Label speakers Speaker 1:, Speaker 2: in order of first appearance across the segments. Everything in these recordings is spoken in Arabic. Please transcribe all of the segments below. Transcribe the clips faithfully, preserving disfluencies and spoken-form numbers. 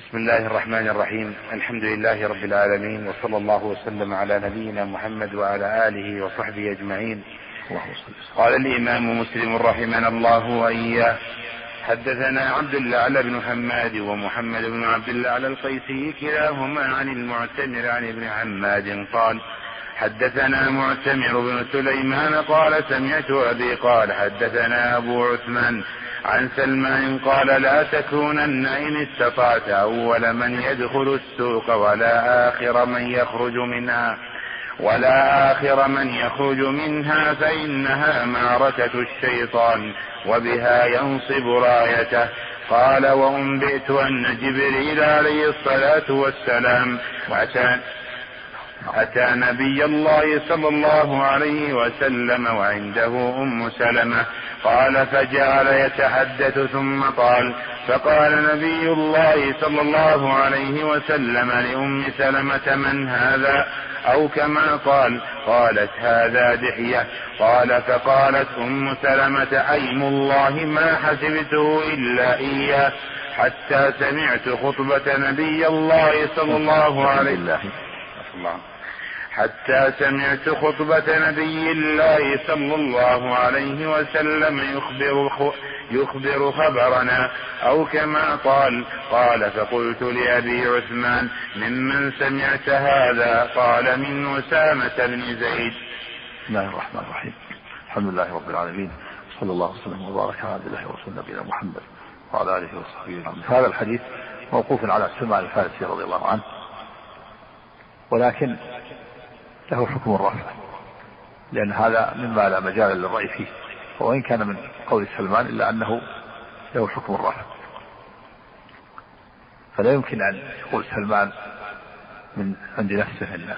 Speaker 1: بسم الله الرحمن الرحيم. الحمد لله رب العالمين، وصلى الله وسلم على نبينا محمد وعلى آله وصحبه أجمعين. قال الإمام مسلم رحمنا الله وإياه: حدثنا عبد الأعلى بن حماد ومحمد بن عبد الأعلى القيسي كلاهما عن المعتمر عن ابن حماد قال: حدثنا معتمر بن سليمان قال: سمعت أبي قال: حدثنا أبو عثمان عن سلمان قال: لا تكونن إن استطعت أول من يدخل السوق ولا آخر من يخرج منها ولا آخر من يخرج منها فإنها معركة الشيطان وبها ينصب رايته. قال: وأنبئت أن جبريل عليه الصلاة والسلام أتى أتى نبي الله صلى الله عليه وسلم وعنده أم سلمة. قال: فجعل يتحدث ثم قال: فقال نبي الله صلى الله عليه وسلم لأم سلمة: من هذا؟ أو كما قال. قالت: هذا دحية. قال: فقالت أم سلمة: أيم الله ما حسبته إلا إياه، حتى سمعت خطبة نبي الله صلى الله عليه وسلم حتى سمعت خطبة نبي الله صلى الله عليه وسلم يخبر, يخبر خبرنا، أو كما قال. قال: فقلت لأبي عثمان: ممن سمعت هذا؟ قال: من أسامة بن زيد.
Speaker 2: بسم الله الرحمن الرحيم. الحمد لله رب العالمين، صلى الله وسلم وبارك على عبد الله ورسوله نبينا محمد وعلى آله وصحبه أجمعين. هذا الحديث موقوف على سلمان الفارسي رضي الله عنه، ولكن له حكم الرفع، لأن هذا مما لا مجال للرأي فيه، وإن كان من قول سلمان إلا أنه له حكم الرفع. فلا يمكن أن يقول سلمان من عند نفسه إن,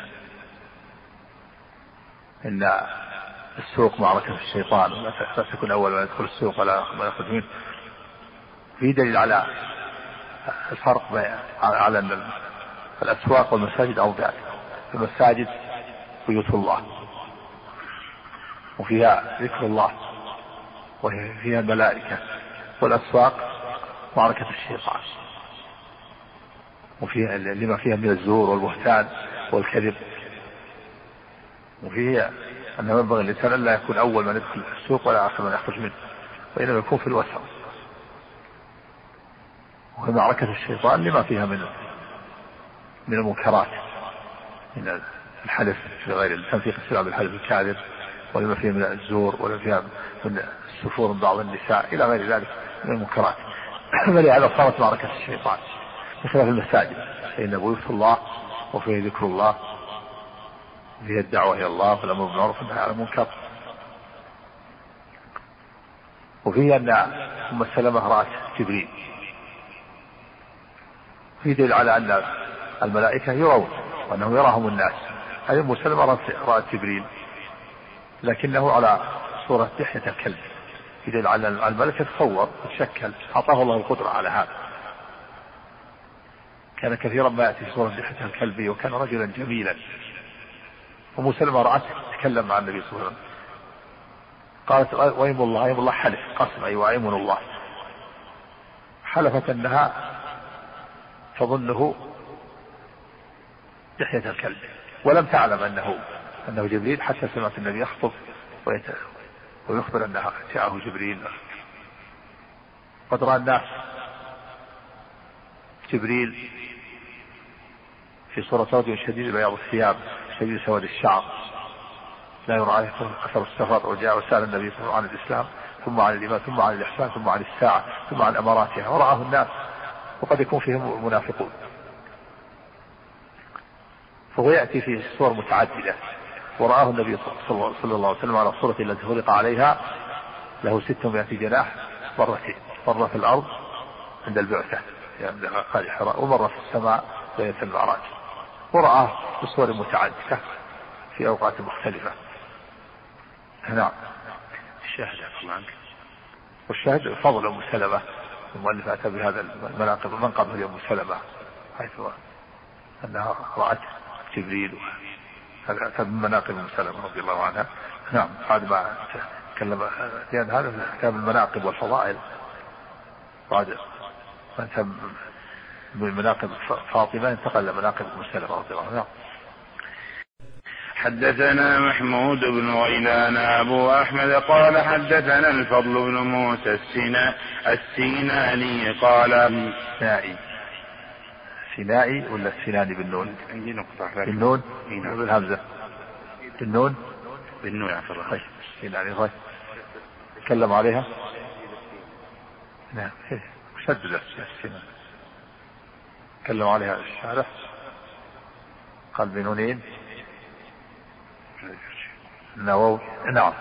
Speaker 2: إن السوق معركة الشيطان ولا تكون أول ما يدخل السوق ولا ما يخرج منه. في دليل على الفرق على الأسواق والمساجد أوضاع. المساجد بيوت الله وفيها ذكر الله وفيها الملائكة، والأسواق معركة الشيطان وفيها لما فيها من الزور والبهتان والكذب. وفيها أنه ينبغي الإنسان أن لا يكون أول من يدخل السوق ولا آخر من يخرج منه، وإنما يكون في الوسط. وهي معركة الشيطان لما فيها من من المنكرات، من الحلف في غير التنفيق السلام بالحلف الكاذب، ولما فيها من الزور، ولما فيها من السفور من بعض النساء إلى غير ذلك من المنكرات. فلهذا صارت معركة الشيطان، بخلاف المساجد فإن بيوت الله وفيه ذكر الله وفيه الدعوة إلى الله والأمر بالمعروف والنهي عن المنكر. وفيه أن أم سلمة رأت جبريل، في دليل على أن الملائكة يرون وأنه يراهم الناس. هذه أم سلمة رأت جبريل لكنه على صورة دحية الكلب، يدل على الملك تصور وتشكل، أعطاه الله القدرة على هذا. كان كثيرا ما يأتي في صورة دحية الكلب، وكان رجلا جميلا. أم سلمة رأته تكلم مع النبي صلى الله عليه وسلم، قالت: وأيم الله، أيم الله حلف قسم، أي وأيمن الله. حلفت أنها تظنه دحية الكلب، ولم تعلم أنه أنه جبريل حتى سمعت النبي يخطب ويخبر أنها جاءه جبريل. قد رأى الناس جبريل في صورة رجل شديد بياض الثياب شديد سواد الشعر لا يرى عليه أثر السفر، وجاء وسأل النبي صلى الله عليه وسلم عن الإسلام، ثم عن الإيمان، ثم عن الإحسان، ثم عن الساعة، ثم عن أماراتها، ورآه الناس وقد يكون فيهم منافقون. فهو يأتي في صور متعددة، ورآه النبي صلى الله عليه وسلم على صورة التي خلق عليها، له ستمائة جناح، مرتين، مرة في الأرض عند البعثة يعني قال حراء، ومرة في السماء ليلة المعراج. ورآه بصور متعددة في أوقات مختلفة. نعم.
Speaker 1: الشاهد الله عنك.
Speaker 2: والشاهد فضل أم سلمة، المؤلف أتى بهذا المناقب من قبل أم سلمة، حيث أنها رأت جبريل. هذا أتى بمناقب أم سلمة رضي الله عنها. نعم. بعد ما تكلم، لأن هذا كتاب المناقب والفضائل، بعد ما تم من مناقب فاطمة انتقل لمناقب أم سلمة رضي الله عنها.
Speaker 1: حدثنا محمود بن غيلان أبو أحمد قال حدثنا الفضل بن موسى السنا السيناني قال
Speaker 2: السنائي سينائي ولا السيناني بالنون؟
Speaker 1: عندي نقطة
Speaker 2: بالنون بالهمزة بالنون
Speaker 1: بالنون يا فرح.
Speaker 2: طيب السيناني طيب تكلم عليها نعم شدد السيناني تكلم عليها الشارع قال بنونين النووي نعم.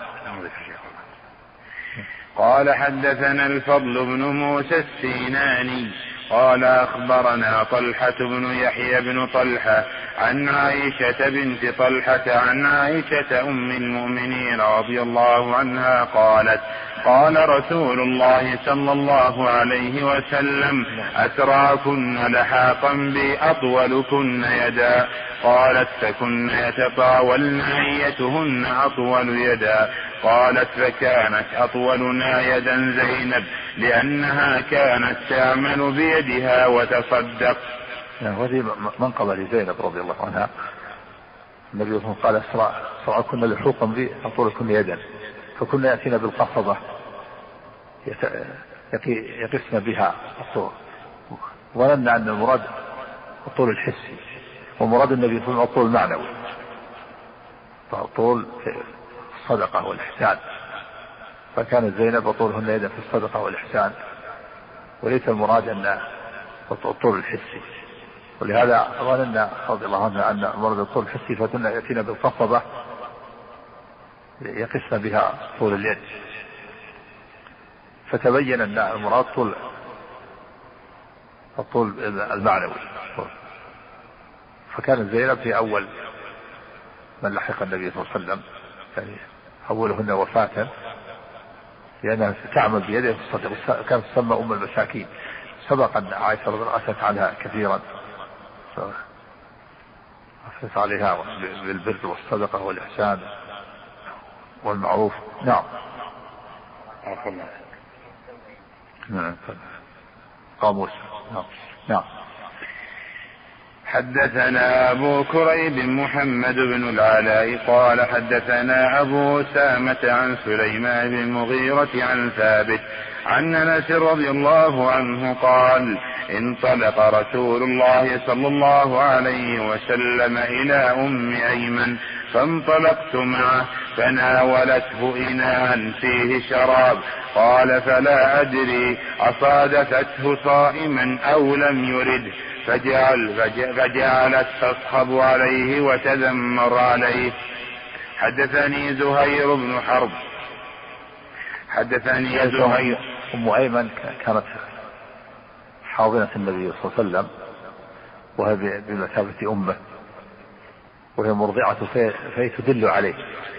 Speaker 1: قال حدثنا الفضل بن موسى السيناني قال أخبرنا طلحة بن يحيى بن طلحة عن عائشة بنت طلحة عن عائشة أم المؤمنين رضي الله عنها قالت قال رسول الله صلى الله عليه وسلم أتراكن لحاقا بأطولكن يدا قالت فكن يتطاولن أيتهن أطول يدا قالت فكانت أطولنا يدا زينب لأنها كانت تعمل بيدها وتصدق.
Speaker 2: هذه منقبة لزينب رضي الله عنها. النبي صلى الله عليه وسلم قال أسرعكن لحوقا بأطولكن يدا فكنا يأتينا بالقصبة يقسن بها الطول ظننا أن المراد الطول الحسي ومراد النبي صلى الله عليه وسلم الطول المعنوي فالطول الصدقة والإحسان فكانت زينب وطولهن يدا في الصدقة والإحسان وليس المراد أن الطول الحسي ولهذا ظننا رضي الله عنها أن مراد الطول الحسي فكنا يأتينا بالقصبة يقسن بها طول اليد فتبين أن المراد طول الطول المعنوي فكانت زينب في أول من لحق النبي صلى الله عليه وسلم يعني أولهن وفاة لأنها تعمل بيدها في الصدق كانت تسمى أم المساكين سبق أن عائشة رضي الله عنها أتت عنها كثيرا أفتت عليها بالبر والصدقة والإحسان والمعروف. نعم نعم قاموس. نعم نعم.
Speaker 1: حدثنا أبو كريب محمد بن العلاء قال حدثنا أبو أسامة عن سليمان بن المغيرة عن ثابت عن أنس رضي الله عنه قال انطلق رسول الله صلى الله عليه وسلم إلى أم أيمن فانطلقت معه فناولته إناء فيه شراب قال فلا أدري أصادفته صائما أو لم يرد فجعل فجعلت تصحب عليه وتذمر عليه. حدثني زهير بن حرب حدثني زهير.
Speaker 2: أم أيمن كانت حاضنة النبي صلى الله عليه وسلم وهي بمثابة أمه وهي مرضعة فهي تدل عليه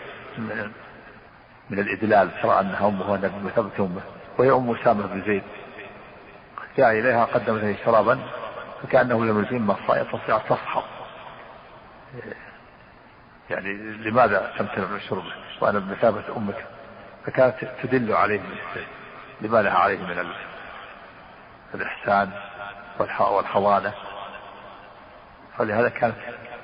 Speaker 2: من الإدلال ترى أنها أمه وأنها بمثابة أمه وهي أم أسامة بن زيد جاء إليها قدمت له شرابا فكأنه لم يلزم الصائم تستطيع تصحب يعني لماذا تمتنع من الشرب وأنا بمثابة أمك فكانت تدل عليه لما لها عليه من الإحسان والحضانة فلهذا كانت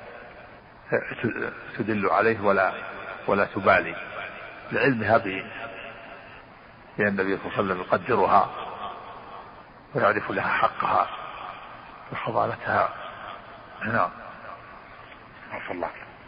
Speaker 2: تدل عليه ولا ولا تبالي لعلمها بأن النبي صلى الله عليه وسلم يقدرها ويعرف لها حقها وحضانتها. نعم.
Speaker 1: الله.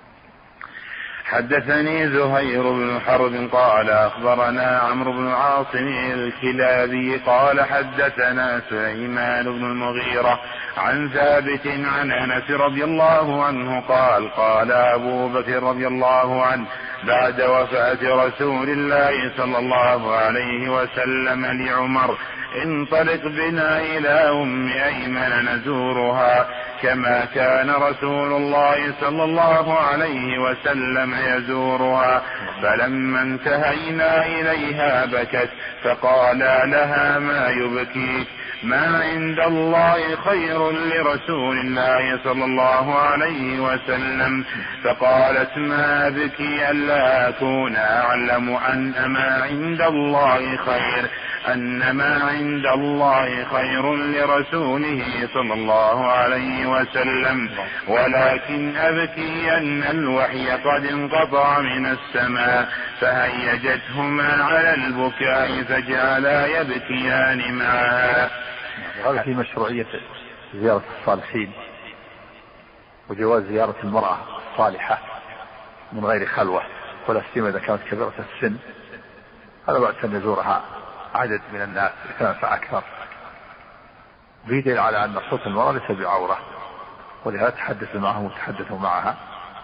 Speaker 1: حدثني زهير بن حرب قال أخبرنا عمرو بن عاصم الكلابي قال حدثنا سليمان بن المغيرة عن ثابت عن أنس رضي الله عنه قال قال أبو بكر رضي الله عنه بعد وفاة رسول الله صلى الله عليه وسلم لعمر انطلق بنا إلى أم أيمن نزورها كما كان رسول الله صلى الله عليه وسلم يزورها فلما انتهينا إليها بكت فقالا لها ما يبكيك ما عند الله خير لرسول الله صلى الله عليه وسلم فقالت ما بكي ألا أكون أعلم أن ما عند الله خير أن ما عند الله خير لرسوله صلى الله عليه وسلم، ولكن أبكي أن الوحي قد انقطع من السماء فهيجتهما على البكاء فجعلا يبكيان معها.
Speaker 2: هذا في مشروعية زيارة الصالحين وجواز زيارة المرأة الصالحة من غير خلوة، ولا سيما إذا كانت كبيرة السن، هذا بأس أن يزورها عدد من الناس كان فأكثر. في دليل على أن صوت المرأة ليس بعورة، ولهذا تحدث معهم وتحدثوا معها،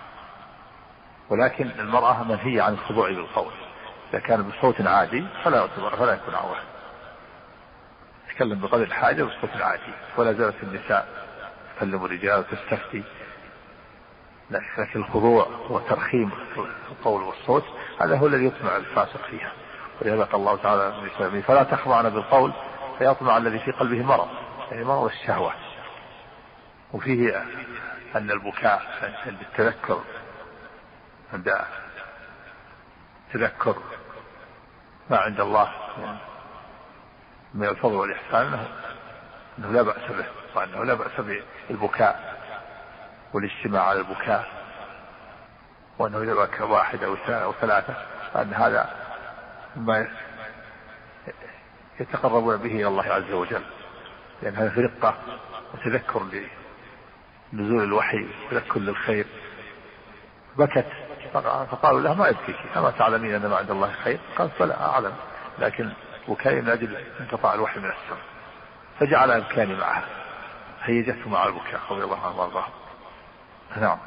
Speaker 2: ولكن المرأة منهية عن الخضوع بالقول. إذا كان بصوت عادي فلا يعتبر فلا يكون عورة، تتكلم بقدر الحاجة بصوت عادي. ولا زالت النساء تكلم الرجال وتستفتي، لكن الخضوع وترخيم القول والصوت هذا هو الذي يطمع الفاسق فيها. ولهذا قال الله تعالى فلا تخضعن بالقول فيطمع الذي في قلبه مرض، يعني مرض الشهوة. وفيه أن البكاء عند التذكر عند تذكر ما عند الله من الفضل والإحسان أنه, أنه لا بأس به، وأنه لا بأس بالبكاء والاجتماع على البكاء، وأنه إذا بكى واحد أو ثلاثة أن هذا ما يتقربون به إلى الله عز وجل، لأن هذا في رقة وتذكر لنزول الوحي وتذكر للخير. بكت فقالوا لها ما يبكيك، أما تعلمين أن ما عند الله خير؟ قال فلا أعلم، لكن بكاء من أجل انقطاع الوحي من السماء، فجعل إمكاني معها، هيجته مع البكاء رضي الله عنه وارضاه. نعم.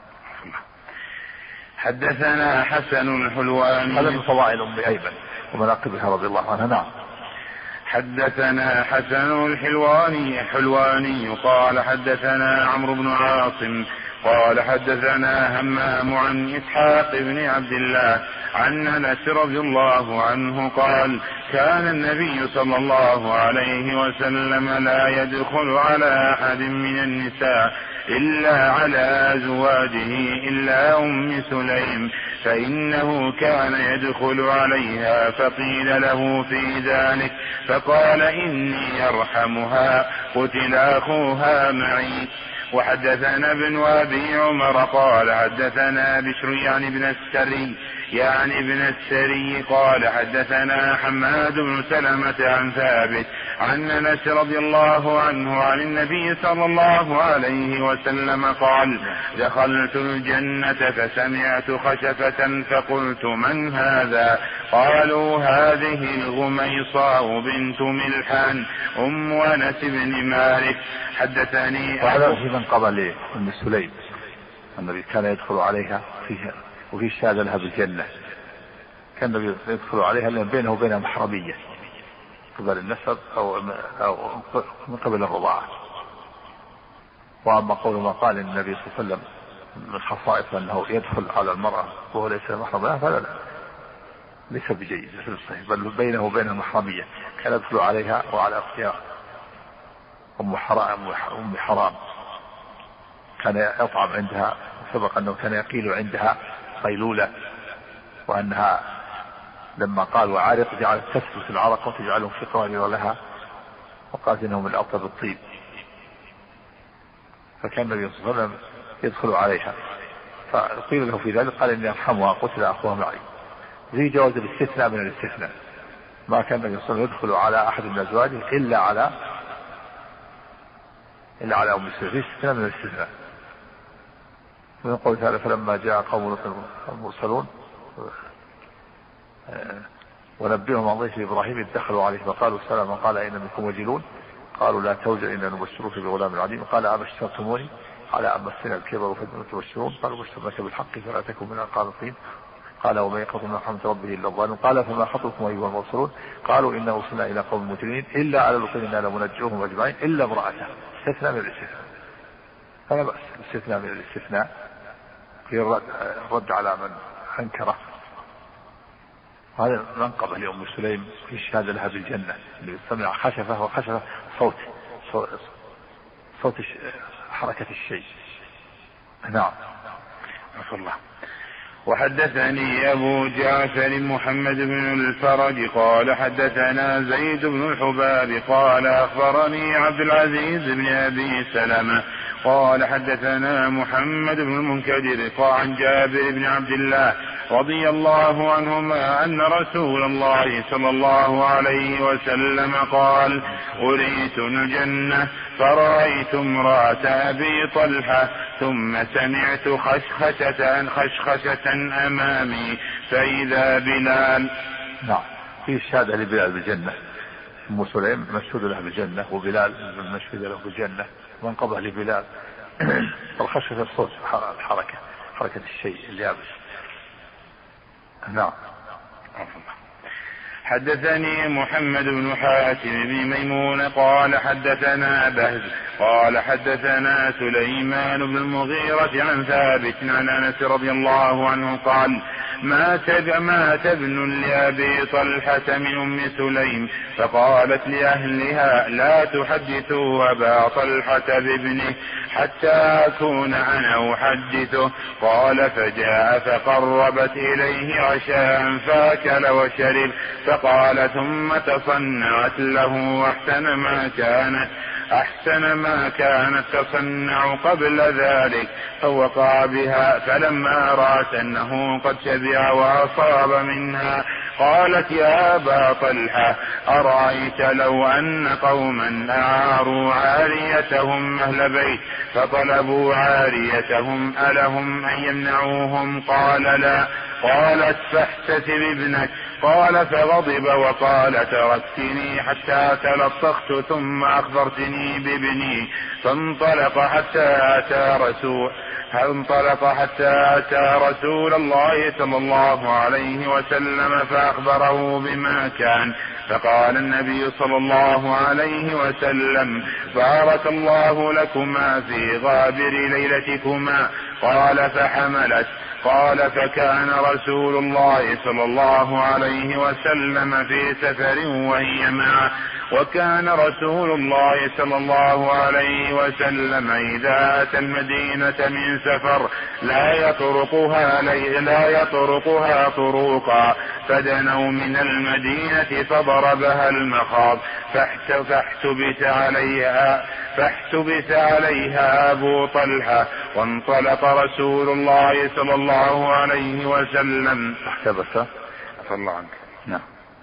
Speaker 1: حدثنا حسن الحلواني.
Speaker 2: هذا من فضائل أم أيمن ومناقبها رضي الله عنها. نعم.
Speaker 1: حدثنا حسن الحلواني حلواني قال حدثنا عمرو بن عاصم قال حدثنا همام عن إسحاق بن عبد الله عن أنس رضي الله عنه قال كان النبي صلى الله عليه وسلم لا يدخل على أحد من النساء إلا على أزواجه إلا أم سليم، فإنه كان يدخل عليها فقيل له في ذلك فقال إني أرحمها قتل أخوها معي. وحدثنا ابن أبي عمر قال حدثنا بشر يعني ابن السري يعني ابن السري قال حدثنا حماد بن سلمة عن ثابت عن أنس رضي الله عنه عن النبي صلى الله عليه وسلم قال دخلت الجنة فسمعت خشفة فقلت من هذا؟ قالوا هذه الغميصاء بنت ملحان أم أنس بن مالك. حدثني
Speaker 2: وهذا في من قبل أم سليم النبي كان يدخل عليها فيها وفي شهادة لها بالجنة، كان النبي يدخل عليها لأن بينه وبينها محرمية قبل النسب أو, أو من قبل الرضاعة. وأما قول ما قال النبي صلى الله عليه وسلم من خصائص أنه يدخل على المرأة وهو ليس محرم لها فلا لا ليس بجيد ليس بالصحيح، بل بينه وبينها محرمية. كان يدخل عليها وعلى أختها أم حرام أم حرام كان يطعم عندها، سبق أنه كان يقيل عندها قيلولة، وأنها لما قال وعارق جعلت تسلس العرق وتجعلهم في قوانير لها وقالت إنهم من أطيب الطيب. فكان النبي صلى الله عليه وسلم يدخل عليها فقيل له في ذلك قال إني أرحمها قتل أخوها معي. زي جواز الاستثناء من الاستثناء، ما كان النبي صلى الله عليه وسلم يدخل على أحد من أزواجه إلا على إلا على أم سليم، استثناء من الاستثناء. من قول تعالى فلما جاء قوم المرسلون ونبئهم عن ضيف إبراهيم ادخلوا عليه فقالوا سلاما قال إن منكم وجلون قالوا لا توجل إنا نبشرك بغلام عليم قال أبشرتموني على أن مسنا الكبر فلم تبشرون قالوا بشرناك بالحق فلا تكن من القانطين قال ومن يقنط من رحمة ربه إلا الظالم قال فما خطبكم أيها المرسلون قالوا إنا وصلنا إلى قوم مجرمين إلا على الذين لمنجوهم أجمعين إلا امرأته. استثناء من الاستثناء فلا بأس. الاستثناء من الاستثناء في الرد, الرد على من أنكره. هذا منقبة لأم سليم في الشهادة لها بالجنة اللي سمع خشفة وخشفة صوت صوت, صوت حركة الشيء. نعم.
Speaker 1: عفوا الله. وحدثني أبو جعفر محمد بن الفرج قال حدثنا زيد بن الحباب قال أخبرني عبد العزيز بن أبي سلمة قال حدثنا محمد بن المنكدر قال عن جابر بن عبد الله رضي الله عنهما أن رسول الله صلى الله عليه وسلم قال أريت الجنة فرأيت امرأة أبي طلحة ثم سمعت خشخشة خشخشة أمامي فإذا بلال.
Speaker 2: نعم في الشهادة لبلال بالجنة، أم سليم مشهود له بالجنة وبلال مشهود له بالجنة وانقضى لبلال. الخشخشة الصوت الحركة حركة الشيء اليابس. نعم.
Speaker 1: حدثني محمد بن حاتم بن ميمون قال حدثنا بهز قال حدثنا سليمان بن المغيرة عن ثابت عن أنس رضي الله عنه قال مات مات ابن لأبي طلحة من أم سليم فقالت لأهلها لا تحدثوا أبا طلحة بابنه حتى أكون أنا أحدثه. قال فجاء فقربت إليه عشاء فأكل وشرب فقال ثم تصنعت له أحسن ما كانت أحسن ما كانت تصنع قبل ذلك فوقع بها فلما رأت أنه قد شبع وأصاب منها قالت يا أبا طلحة أرأيت لو أن قوما أعاروا عاريتهم أهل بيت فطلبوا عاريتهم ألهم أن يمنعوهم؟ قال لا. قالت فاحتسب ابنك. قال فغضب وقال تركتني حتى تلطخت ثم أخبرتني بابني فانطلق حتى أتى رسول فانطلق حتى أتى رسول الله صلى الله عليه وسلم فأخبره بما كان فقال النبي صلى الله عليه وسلم بارك الله لكما في غابر ليلتكما. قال فحملت. قال فكان رسول الله صلى الله عليه وسلم في سفر وهي معه وكان رسول الله صلى الله عليه وسلم إذا أتى المدينة من سفر لا يطرقها لا يطرقها طروقا فدنوا من المدينة فضربها المخاض فاحتبس عليها فاحتبس عليها أبو طلحة وانطلق رسول الله صلى الله عليه وسلم
Speaker 2: احتبس
Speaker 1: الله عنك.
Speaker 2: نعم.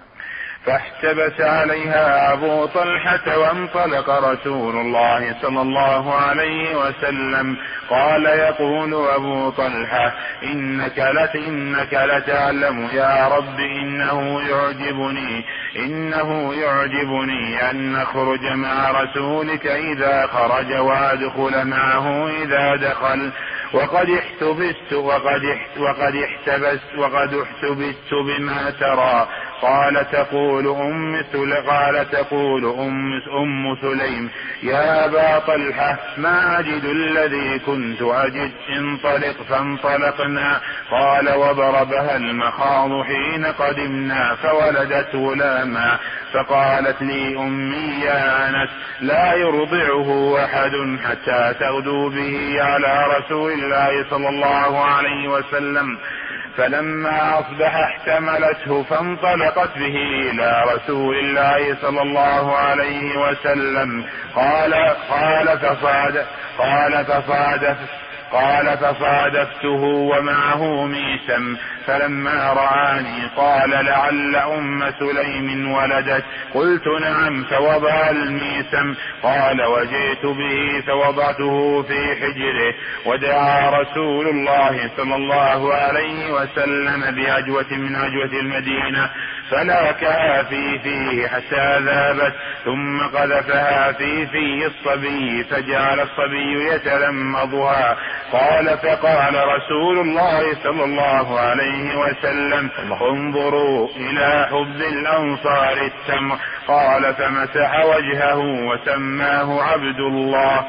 Speaker 1: فاحتبس عليها أبو طلحة وانطلق رسول الله صلى الله عليه وسلم. قال يقول أبو طلحة إنك لت إنك لتعلم يا رب إنه يعجبني إنه يعجبني أن نخرج مع رسولك إذا خرج وأدخل معه إذا دخل وقد احتبست وقد وقد احتبست وقد احتبست بما ترى. قال تقول أم سليم قال تقول أم أم سليم يا أبا طلحة ما أجد الذي كنت أجد انطلق فانطلقنا. قال وضربها المخاض حين قدمنا فولدت غلاما فقالت لي أمي يا أنس لا يرضعه أحد حتى تغدو به على رسول الله صلى الله عليه وسلم. فلما أصبح احتملته فانطلقت به إلى رسول الله صلى الله عليه وسلم. قال قال تصادف قال تصادف قال فصادفته ومعه ميسم فلما رآني قال لعل أم سليم ولدت. قلت نعم فوضع الميسم. قال وجئت به فوضعته في حجره ودعا رسول الله صلى الله عليه وسلم بعجوة من عجوة المدينة فلاكها في فيه حتى ذابت ثم قذفها في في الصبي فجعل الصبي يتلمضها. قال فقال رسول الله صلى الله عليه وسلم انظروا إلى حب الأنصار التمر. قال فمسح وجهه وسماه عبد الله.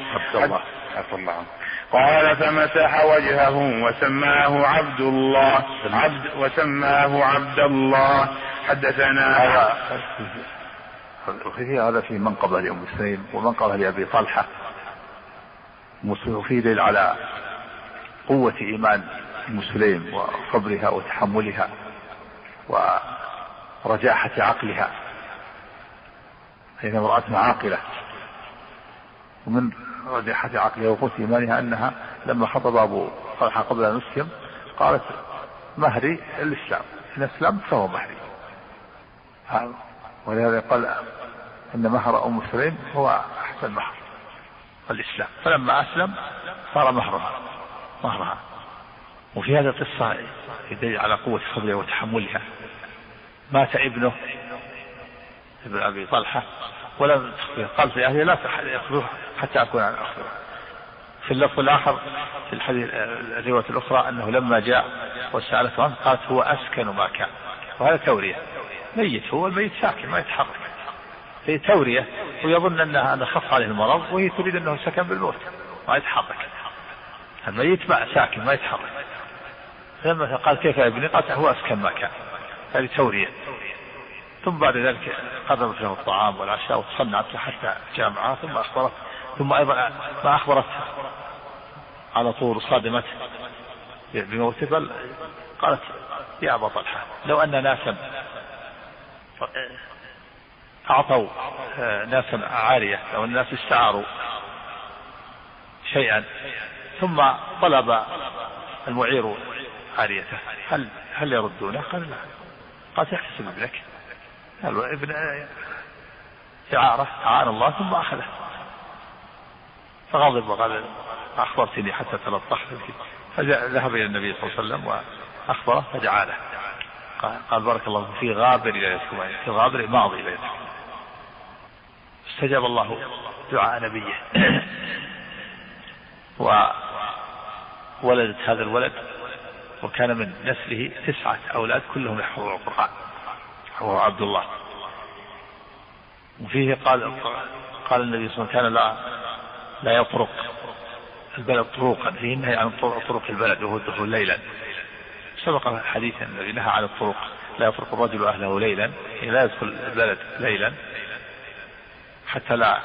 Speaker 1: قال فمسح وجهه وسماه عبد الله عبد وسماه عبد الله. حدثنا
Speaker 2: هذا في منقبة لأم سليم ومنقبة لأبي طلحة يفيد على قوة إيمان أم سليم وصبرها وتحملها ورجاحة عقلها، هي امرأة عاقلة. ومن رجاحة عقلها وقوة إيمانها أنها لما خطب أبو طلحة قبل أن يسلم قالت مهري الإسلام، إن أسلمت فهو مهري. ولهذا قال أن مهر أم سليم هو أحسن مهر الإسلام، فلما أسلم صار مهرها مهرها. وفي هذه القصة يدل على قوة صبرها وتحملها. مات ابنه ابن أبي طلحة ولم تخبره، قال في أهله لا تخبره حتى أكون عن أخبره. في اللفظ الآخر في الحديث الرواية الأخرى أنه لما جاء وسألته عنه قالت هو أسكن ما كان، وهذا تورية. ميت هو الميت ساكن ما يتحرك، هي تورية، ويظن أنها أن خف عليه المرض وهي تريد أنه سكن بالموت ما يتحرك. الميت ما ساكن ما يتحرك. لما قال كيف يا ابني؟ قالت هو أسكن ما كان، هذه تورية. ثم بعد ذلك قدمت له الطعام والعشاء وتصنعت له حتى جاء معها، ثم أخبرت ثم أيضا ما أخبرت على طول صادمته بموته، بل قالت يا أبا طلحة لو أن ناسا أعطوا ناسا عارية، لو الناس استعاروا شيئا ثم طلب المعير عاريته هل هل يردونه؟ قال لا. قال يحتسب ابنك، قال ابن إعارة أعان الله ثم أخذه، فغضب وقال أخبرتني حتى تلطخت. فذهب إلى النبي صلى الله عليه وسلم وأخبره فدعا له، قال بارك الله في غابر إليكم، في غابر ماضي إليكم. استجاب الله دعاء نبيه وولدت هذا الولد، وكان من نسله تسعة أولاد كلهم يحفظون القرآن، هو عبد الله. وفيه قال قال النبي صلى الله عليه وسلم كان لا لا يطرق البلد طرقا، فيه النهي عن طرق البلد وهو الدخول ليلا. سبق حديثا الذي نهى عن الطرق، لا يطرق الرجل أهله ليلا، يعني لا يدخل البلد ليلا حتى لا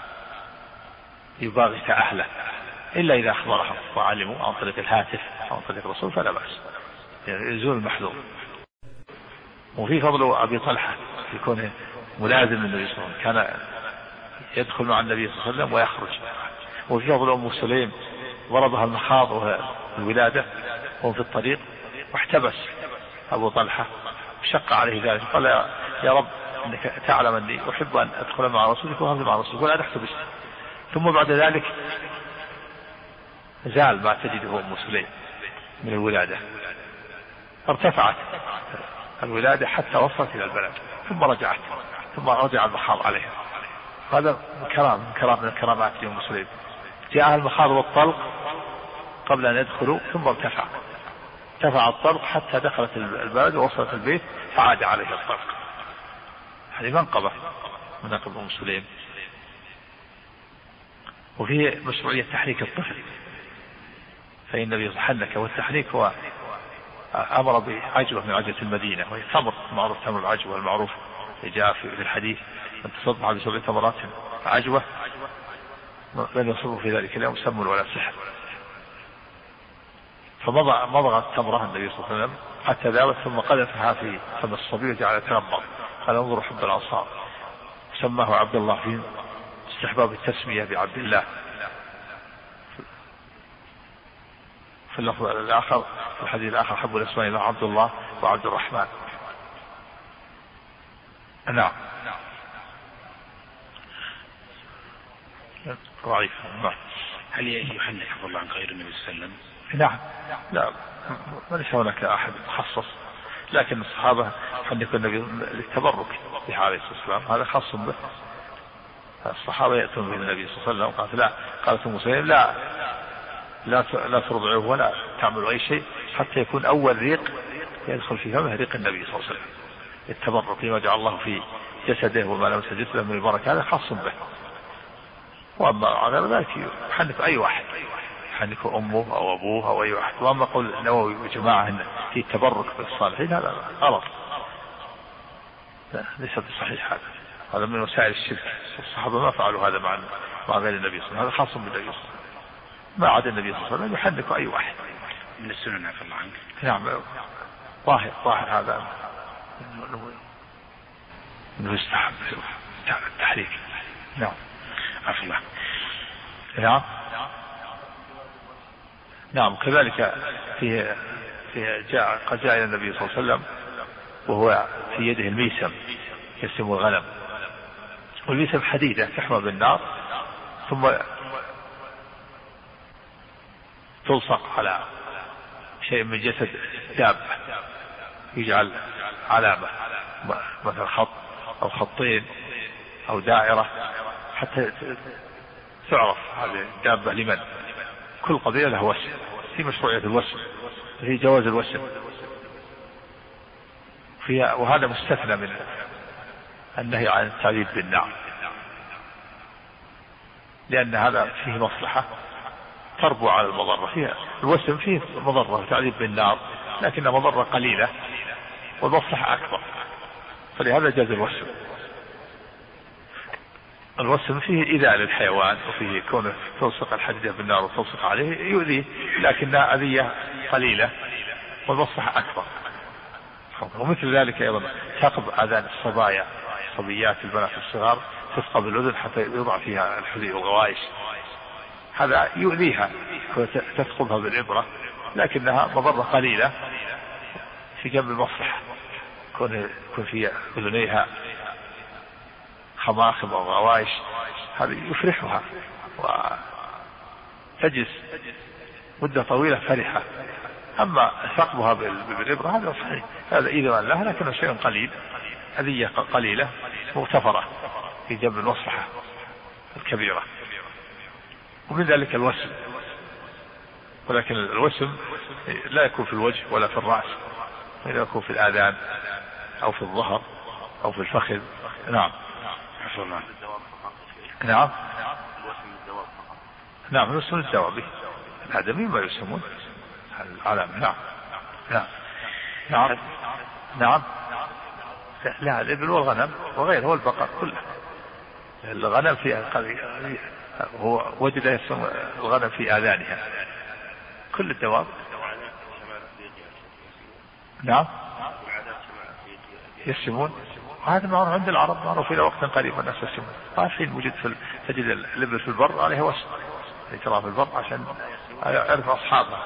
Speaker 2: يباغت أهله، إلا إذا أخبرهم وعلموا عن طريق الهاتف أو عن طريق الرسول فلا بأس، يعني يزول المحذور. وفي فضل أبي طلحة في كونه ملازم للنبي صلى الله عليه وسلم، كان يدخل مع النبي صلى الله عليه وسلم ويخرج. وفي فضل أم سليم ضربها المخاض وهي الولادة وهم في الطريق، واحتبس أبو طلحة وشق عليه ذلك، قال يا رب إنك تعلم أني أحب أن أدخل مع رسولك وأهرب مع رسولك ولا تحتبس. ثم بعد ذلك زال ما تجده أم سليم من الولادة، ارتفعت الولادة حتى وصلت إلى البلد، ثم رجعت ثم رجع المخاض عليها. هذا كرام من كرام من الكرامات لأم سليم، جاءها المخاض والطلق قبل أن يدخلوا ثم ارتفع ارتفع الطلق حتى دخلت البلد ووصلت البيت فعاد عليها الطلق. هذه منقبة من مناقب أم سليم. وفيه مشروعية تحريك الطفل، فإن النبي حنك، والتحريك هو أمر بعجوة من عجوة المدينة، وهي تمر معروف تمر العجوة المعروف جاء في الحديث أن تصدق بسبع تمرات عجوة لن يصبوا في ذلك اليوم سم ولا سحر. فمضغ التمرة النبي صلى الله عليه وسلم حتى ذابت ثم قذفها في فم الصبي وجعل يتنمر، قال انظروا حب الأنصار. سماه عبد الله في استحباب التسمية بعبد الله. في اللفظ الآخر في الحديث الآخر حب الاسماء إلى عبد الله وعبد الرحمن. نعم ضعيف.
Speaker 1: هل يحنك عبد الله عن غير النبي صلى الله عليه وسلم؟
Speaker 2: نعم لا ليس هناك أحد مخصص، لكن الصحابة حنكوا النبي للتبرك به عليه الصلاة والسلام، هذا خاص به. الصحابة يأتون به النبي صلى الله عليه وسلم قالت لا قالت أم سليم لا لا لا ترضعوه ولا تعملوا أي شيء حتى يكون أول ريق يدخل في فمه ريق النبي صلى الله عليه وسلم، التبرك بما جعل الله في جسده وما لم جسده من البركة، هذا خاص به. وأما على ذلك يحنك أي واحد، يحنك أمه أو أبوه أو أي واحد. وأما قول النووي وجماعة إن في التبرك بالصالحين هذا غلط، ليس بصحيح. هذا هذا من وسائل الشرك، الصحابة ما فعلوا هذا مع مع غير النبي صلى الله عليه وسلم، هذا خاص بالنبي صلى الله عليه وسلم. ما عدا النبي صلى الله عليه وسلم يحنك أي واحد
Speaker 1: من السنن عفى الله عنك.
Speaker 2: نعم ظاهر ظاهر هذا انه يستحب التحريك. نعم
Speaker 1: عفى الله.
Speaker 2: نعم نعم كذلك في في جاء قد جاء الى النبي صلى الله عليه وسلم وهو في يده الميسم يسم الغنم، والميسم حديدة تحمى بالنار ثم تلصق على شيء من جسد دابة يجعل علامة مثل خط أو خطين أو دائرة حتى تعرف هذه الدابة لمن. كل قضية له وسم، في مشروعية الوسم، في جواز الوسم فيها، وهذا مستثنى من النهي عن التعذيب بالنار، لأن هذا فيه مصلحة تربو على المضرة. فيها الوسم فيه مضرة وتعذيب بالنار لكن مضرة قليلة والمصلحة أكبر، فلهذا جاز الوسم. الوسم فيه إيذاء للحيوان، وفيه كونه تلصق الحديدة بالنار وتلصق عليه يؤذيه، لكنها أذية قليلة والمصلحة أكبر. ومثل ذلك أيضا ثقب آذان الصبايا، صبيات البنات الصغار تثقب الأذن حتى يوضع فيها الحذيء والغوايش، هذا يؤذيها تثقبها بالإبرة لكنها مضرة قليلة في جنب المصلحة، يكون في أذنيها خماخم أو غوايش، هذا يفرحها وتجلس مدة طويلة فرحة. أما ثقبها بالإبرة هذا صحيح، هذا إذا لها لكنه شيء قليل، أذية قليلة مغتفرة في جنب المصلحة الكبيرة. ومن ذلك الوسم، ولكن الوسم لا يكون في الوجه ولا في الرأس، إنما يكون في الآذان أو في الظهر أو في الفخذ. نعم نعم نعم الوسم الدوابي، الآدميين ما يسمون العلامة. نعم نعم نعم نعم لا الإبل والغنم وغيره والبقر كله. الغنم في هو وجد يسمى الغنم في آذانها، كل الدواب. نعم يسمون، هذا معروف عند العرب، معروف إلى وقت قريب الناس يسمون. عارفين وجد في تجد الإبل في البر عليها وسم ترى في البر عشان يعرف أصحابها.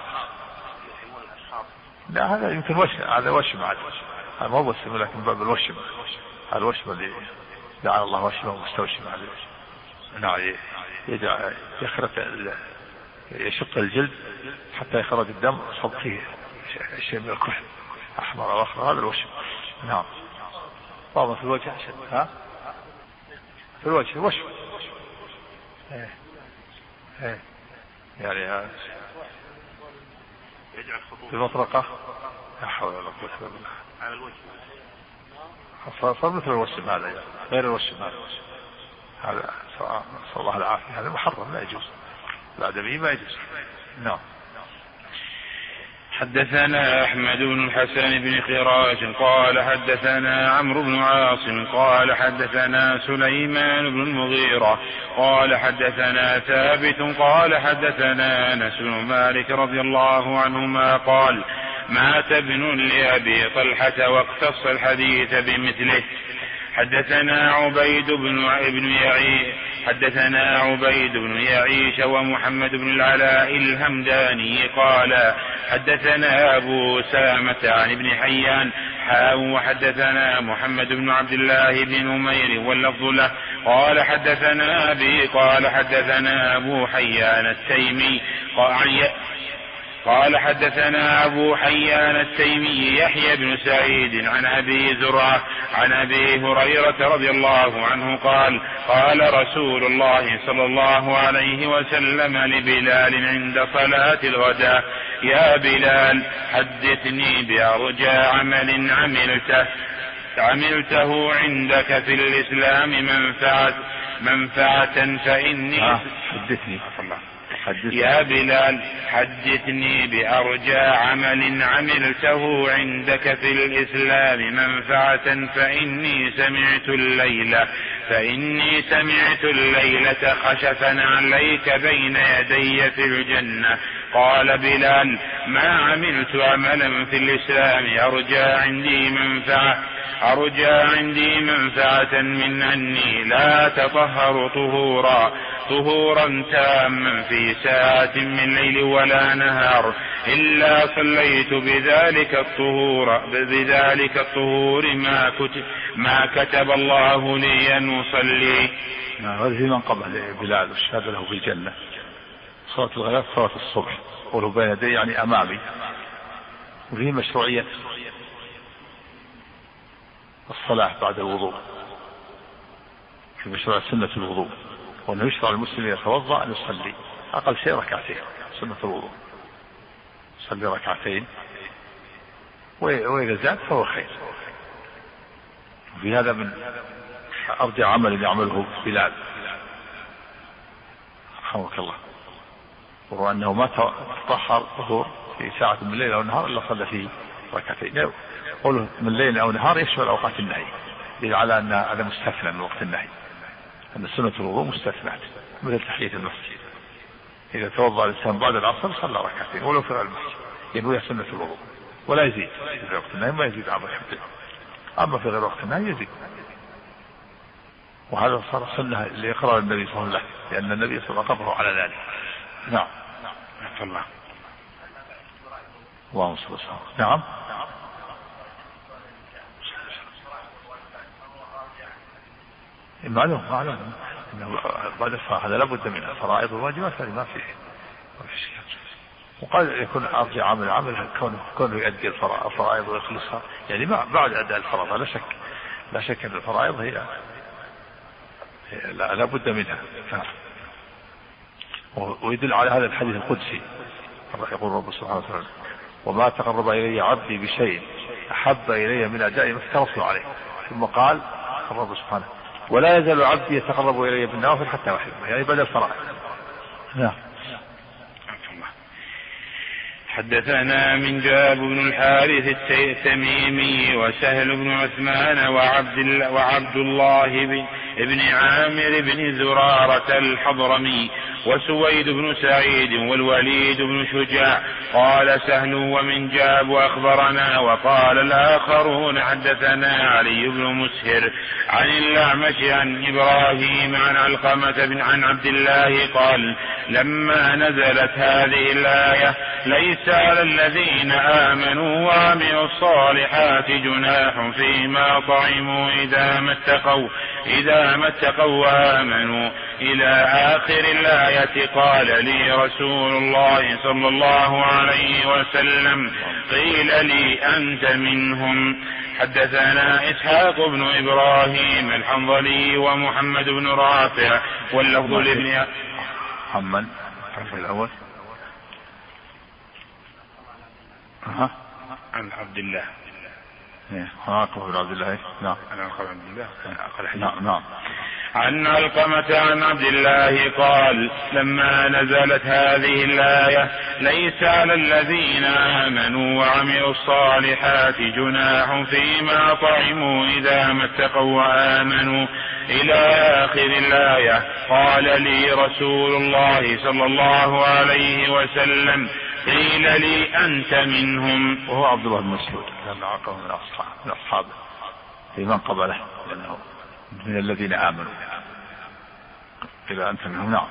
Speaker 2: لا هذا يمكن وشم، هذا وشم عاد، هذا ما هو وسم لكن باب الوشم، هذا الوشم اللي جعل الله وشمه مستوشم عليه. نعم يجعل يخرق يشق الجلد حتى يخرج الدم صب فيه شيء من الكحل أحمر أو أخضر، هذا الوشم. نعم بعض في الوجه عشان ها في الوجه وشم ايه ايه يعني في المطرقة لا حول ولا قوة إلا بالله على الوجه صار مثل الوشم هذا يعني. غير الوشم هذا هذا صلى الله العافية، هذا محرم لا يجوز، الآدمي ما يجوز. نعم.
Speaker 1: حدثنا أحمد بن الحسن بن خراش قال حدثنا عمرو بن عاصم قال حدثنا سليمان بن المغيرة قال حدثنا ثابت قال حدثنا أنس بن مالك رضي الله عنهما قال مات ابن لأبي طلحة واقتص الحديث بمثله. حدثنا عبيد بن ابن يعيش حدثنا عبيد بن يعيش ومحمد بن العلاء الهمداني قال حدثنا أبو سلمة عن ابن حيان حاو وحدثنا محمد بن عبد الله بن أمير واللفظ له قال حدثنا أبي قال حدثنا أبو حيان التيمي قال حدثنا أبو حيان التيمي يحيى بن سعيد عن أبي زرعة عن أبي هريرة رضي الله عنه قال قال رسول الله صلى الله عليه وسلم لبلال عند صلاة الغداء يا بلال حدثني بأرجى عمل عملته عملته عندك في الإسلام منفعة منفعة فإني
Speaker 2: آه حدثني
Speaker 1: يا بلال حدثني بأرجى عمل عملته عندك في الإسلام منفعة فإني سمعت الليلة فإني سمعت الليلة خشفا عليك بين يدي في الجنة قال بلال: ما عملت عملا في الإسلام أرجى عندي منفعة أرجى عندي منفعة من أني لا تطهر طهورا طهورا تاما في ساعة من ليل ولا نهار إلا صليت بذلك الطهور بذلك الطهور ما كتب, ما كتب الله لي أن أصلي.
Speaker 2: هذا في من قبل بلال والشهادة له في الجنة. صلاة الغداة صلاة الصبح قولوا بين يدي يعني أمامي. وفيه مشروعية الصلاة بعد الوضوء في مشروع سنة الوضوء، وأنه يشرع المسلم يتوضأ أن يصلي أقل شيء ركعتين سنة الوضوء، يصلي ركعتين وإذا زاد فهو خير. وفي هذا من أرجع عمل يعمله بلال رحمك الله، وهو أنه ما تطهر طهور في ساعة من الليل أو نهار إلا صلى فيه ركعتين. قوله من الليل أو نهار يشمل أوقات النهي، دليل على أن هذا مستثنى من وقت النهي، أن سنة الوضوء مستثنات مثل تحية المسجد. إذا توضأ الإنسان بعد العصر صلى ركعتين ولو في المسجد ينوي سنة الوضوء ولا يزيد في وقت النهي، ما يزيد عن ركعتين. أما في غير وقت النهي يزيد، وهذا صار سنة لإقرار النبي صلى الله عليه وسلم لأن النبي صلى الله عليه وسلم على ذلك. نعم الله اللهم صل وسلم. نعم معلوم معلوم انه بعد الفرائض هذا لابد منها، الفرائض والواجبات هذه ما فيه ما في شيء. وقد يكون ارجع عمل عمل كونه كونه يؤدي الفرائض ويخلصها يعني بعد اداء الفرائض، لا شك لا شك ان الفرائض هي لا لابد منها. ويدل على هذا الحديث القدسي يقول رب سبحانه وتعالى: وما تقرب الي عبدي بشيء احب الي من اداء ما افترضت عليه. ثم قال الرب سبحانه: ولا يزال عبدي يتقرب الي بالنوافل حتى احبه، يعني بدل الفرائض. نعم.
Speaker 1: حدثنا من جاب بن الحارث التميمي وسهل بن عثمان وعبد الله, وعبد الله بن, بن عامر بن زرارة الحضرمي وسويد بن سعيد والوليد بن شجاع. قال سهل ومن جاب أخبرنا، وقال الآخرون حدثنا علي بن مسهر عن الأعمش عن إبراهيم عن علقمة بن عن عبد الله قال: لما نزلت هذه الآية: ليس على الذين آمنوا وعملوا الصالحات جناح فيما طعموا إذا ما اتقوا إذا ما اتقوا وآمنوا إلى آخر الآية، قال لي رسول الله صلى الله عليه وسلم: قيل لي أنت منهم. حدثنا إسحاق بن إبراهيم الحنظلي ومحمد بن رافع واللفظ لابن
Speaker 2: محمد في الأول
Speaker 1: ها عن عبد الله
Speaker 2: ها قول عبد الله نعم
Speaker 1: عن عبد الله
Speaker 2: نعم نعم
Speaker 1: عن علقمة عن عبد الله قال: لما نزلت هذه الآية: ليس على الذين آمنوا وعملوا الصالحات جناح فيما طعموا إذا ما اتقوا وآمنوا إلى آخر الآية، قال لي رسول الله صلى الله عليه وسلم: قيل لي أنت منهم.
Speaker 2: وهو عبد الله بن مسعود لما عقه من أصحاب من أصحابه في من قبله لأنه من الذين آمنوا إلى أنت منهم. نعم.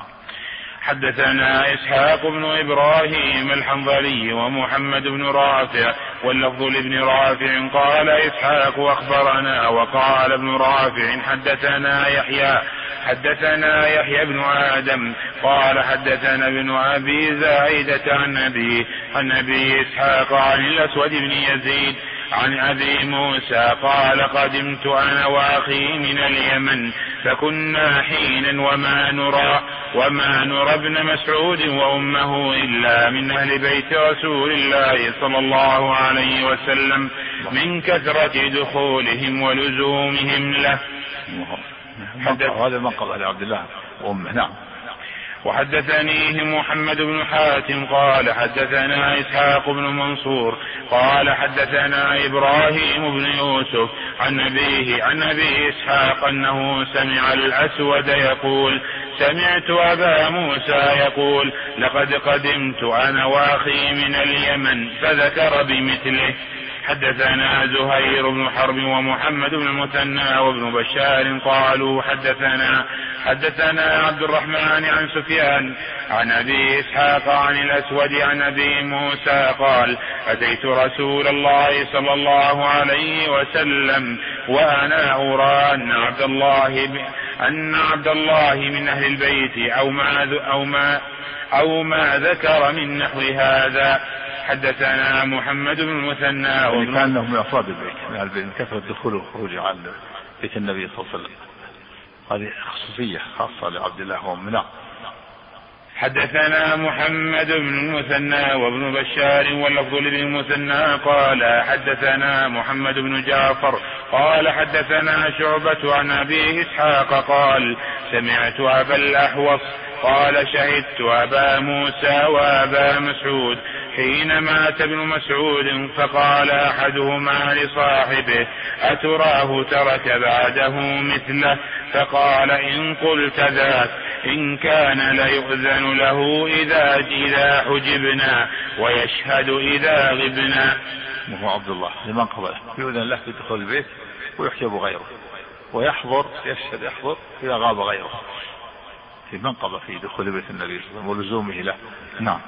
Speaker 1: حدثنا إسحاق بن إبراهيم الحنظلي ومحمد بن رافع واللفظ لابن رافع قال إسحاق أخبرنا، وقال ابن رافع حدثنا يحيى حدثنا يحيى بن آدم قال حدثنا ابن أبي زائدة عن أبي عن أبي إسحاق عن الأسود بن يزيد عن أبي موسى قال: قدمت أنا وأخي من اليمن فكنا حينا وما نرى وما نرى ابن مسعود وأمه إلا من أهل بيت رسول الله صلى الله عليه وسلم من كثرة دخولهم ولزومهم له.
Speaker 2: هذا المنقب على عبد الله وأمه. نعم.
Speaker 1: وحدثنيه محمد بن حاتم قال حدثنا إسحاق بن منصور قال حدثنا إبراهيم بن يوسف عن أبيه عن أبي إسحاق أنه سمع الأسود يقول: سمعت أبا موسى يقول لقد قدمت أنا وأخي من اليمن فذكر بمثله. حدثنا زهير بن حرب ومحمد بن المثنى وابن بشار قالوا حدثنا حدثنا عبد الرحمن عن سفيان عن أبي إسحاق عن الأسود عن أبي موسى قال أتيت رسول الله صلى الله عليه وسلم وأنا أرى أن عبد الله أن عبد الله من أهل البيت أو ما أو ما أو ما ذكر من نحو هذا. حدثنا محمد بن المثنى
Speaker 2: وكأنه من أفراد البيت من البيت من كثرة الدخول والخروج عن بيت النبي صلى الله عليه وسلم، هذه خصوصية خاصة لعبد الله ومنع.
Speaker 1: حدثنا محمد بن المثنى وابن بشار واللفظ لابن المثنى قال حدثنا محمد بن جعفر قال حدثنا شعبة عن أبي إسحاق قال سمعت أبا الأحوص قال شهدت أبا موسى وأبا مسعود حين مات ابن مسعود فقال أحدهما لصاحبه أتراه ترك بعده مثله؟ فقال إن قلت ذاك إن كان ليؤذن له إذا إذا حجبنا ويشهد إذا غبنا.
Speaker 2: وهو عبد الله لمن قبله يؤذن له في دخول البيت ويحجب غيره ويحضر يشهد يحضر إذا غاب غيره في منقبة في دخول بيت النبي صلى الله عليه وسلم ولزومه له. نعم.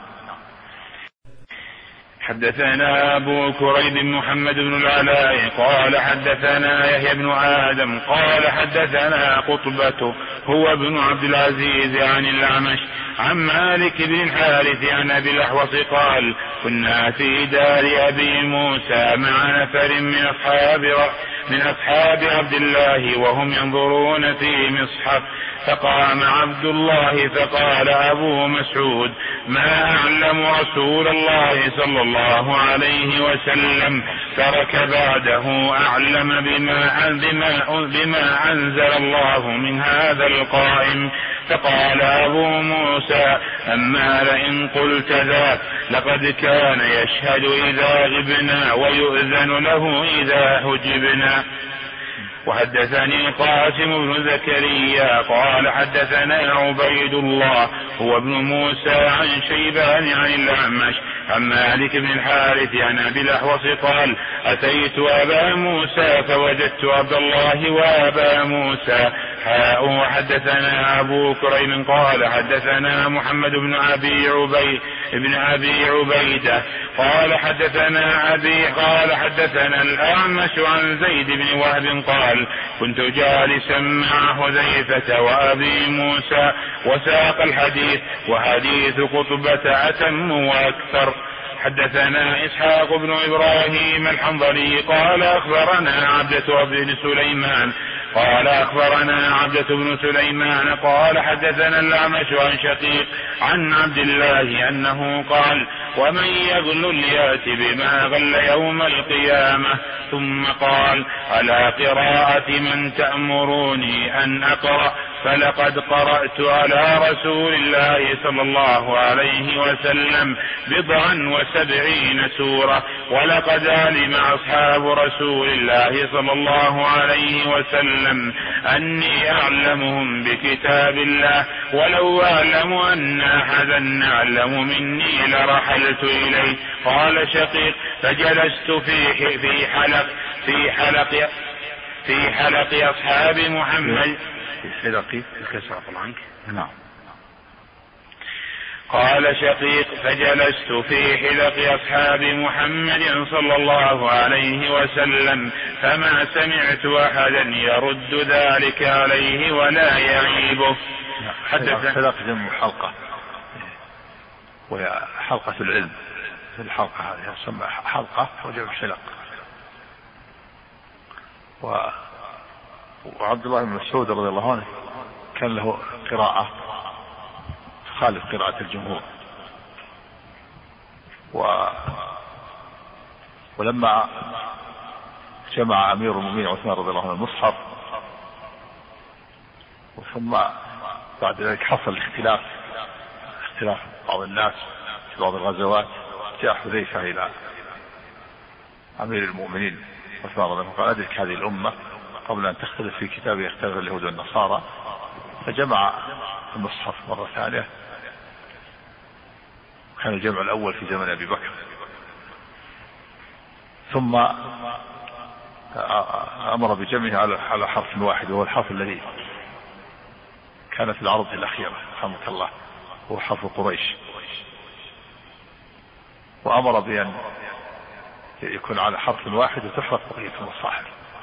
Speaker 1: حدثنا أبو كريب محمد بن العلاء قال حدثنا يحيى بن آدم قال حدثنا قطبة هو ابن عبد العزيز عن الأعمش عن مالك بن الحارث عن أبي الأحوص قال كنا في دار أبي موسى مع نفر من أصحاب من أصحاب عبد الله وهم ينظرون في مصحف فقام عبد الله فقال أبو مسعود ما أعلم رسول الله صلى الله عليه وسلم ترك بعده أعلم بما, بما, بما أنزل الله من هذا القائم. فقال أبو موسى أما لئن قلت ذاك لقد كان يشهد إذا غبنا ويؤذن له إذا حجبنا. وحدثني قاسم بن زكريا قال حدثنا عبيد الله هو ابن موسى عن شيبان عن الأعمش عن مالك بن الحارث عن أبي الأحوص قال أتيت أبا موسى فوجدت عبد الله وأبا موسى حاء. وحدثنا أبو كريم قال حدثنا محمد بن أبي عبيد ابن أبي عبيدة قال حدثنا أبي قال حدثنا الأعمش عن زيد بن وهب قال كنت جالسا مع حذيفة وأبي موسى وساق الحديث وحديث قطبة أتم وأكثر. حدثنا إسحاق بن إبراهيم الحنظلي قال أخبرنا عبدة بن سليمان قال أخبرنا عبدة بن سليمان قال حدثنا الأعمش عن شقيق عن عبد الله أنه قال ومن يغل يأت بما غل يوم القيامة. ثم قال على قراءة من تأمروني أن أقرأ فلقد قرأت على رسول الله صلى الله عليه وسلم بضعا وسبعين سورة ولقد علم أصحاب رسول الله صلى الله عليه وسلم أني أعلمهم بكتاب الله ولو أعلم أن أحدا أعلم مني لرحلت إليه. قال شقيق فجلست في في حلق في حلق في حلق أصحاب محمد
Speaker 2: في حلق الكسرة عنك. نعم.
Speaker 1: قال شقيق فجلست في حلق أصحاب محمد صلى الله عليه وسلم فما سمعت أحدا يرد ذلك عليه ولا يعيبه.
Speaker 2: حلق جمع حلقة وهي حلقة العلم. الحلقة هذه تسمى حلقة وجمع حلق. و... وعبد الله بن مسعود رضي الله عنه كان له قراءة خالف قراءة الجمهور. و... ولما جمع أمير المؤمنين عثمان رضي الله عنه المصحف ثم بعد ذلك حصل اختلاف اختلاف بعض الناس في بعض الغزوات جاء حذيفة إلى أمير المؤمنين عثمان رضي الله عنه قال أدرك هذه الأمة قبل أن تختلف في كتابه يختلف اليهود والنصارى فجمع المصحف مرة ثانية. كان الجمع الأول في زمن أبي بكر. ثم أمر بجمعه على حرف واحد، وهو الحرف الذي كان في العرض الأخيرة رحمك الله، هو حرف قريش. وأمر بأن يكون على حرف واحد وتحرق بقية المصاحف.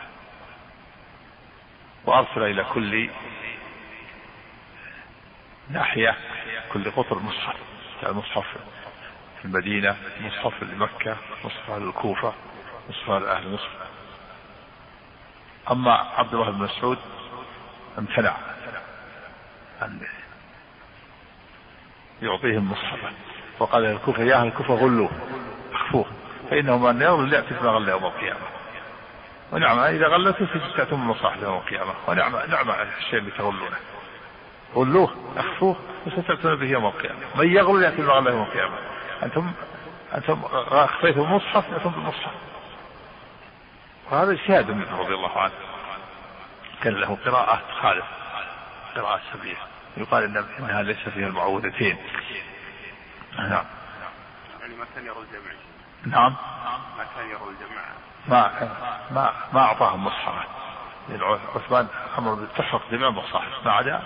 Speaker 2: وأرسل إلى كل ناحية كل قطر مصحف، المصحف في المدينة، مصحف لمكة، مصحف للكوفة، مصحف لأهل مصر. أما عبد الله بن مسعود امتنع أن يعطيهم مصحفا، وقال للكوفة يا أهل الكوفة غلوه اخفوه، فإنه من يغل يأتي بما غل يوم القيامة. ونعم إذا غلتوا تأتون المصاحف يوم القيامة، ونعم نعم الشيء اللي تغلونه، غلوه اخفوه وستأتون به يوم القيامة. من يغل يأتي بما غل يوم القيامة. أنتم أنتم أخفيتم المصحف، أنتم بالمصحف. وهذا اجتهاد منه رضي الله عنه، كان له قراءة خالف قراءة سبية، يقال إن إنها ليس فيها المعوذتين. نعم.
Speaker 1: يعني ما كان يرى الجمع.
Speaker 2: نعم.
Speaker 1: ما كان يرى الجمع.
Speaker 2: ما ما ما أعطاهم مصحفا. عثمان أمر بالتحرق جميع المصاحف ما عدا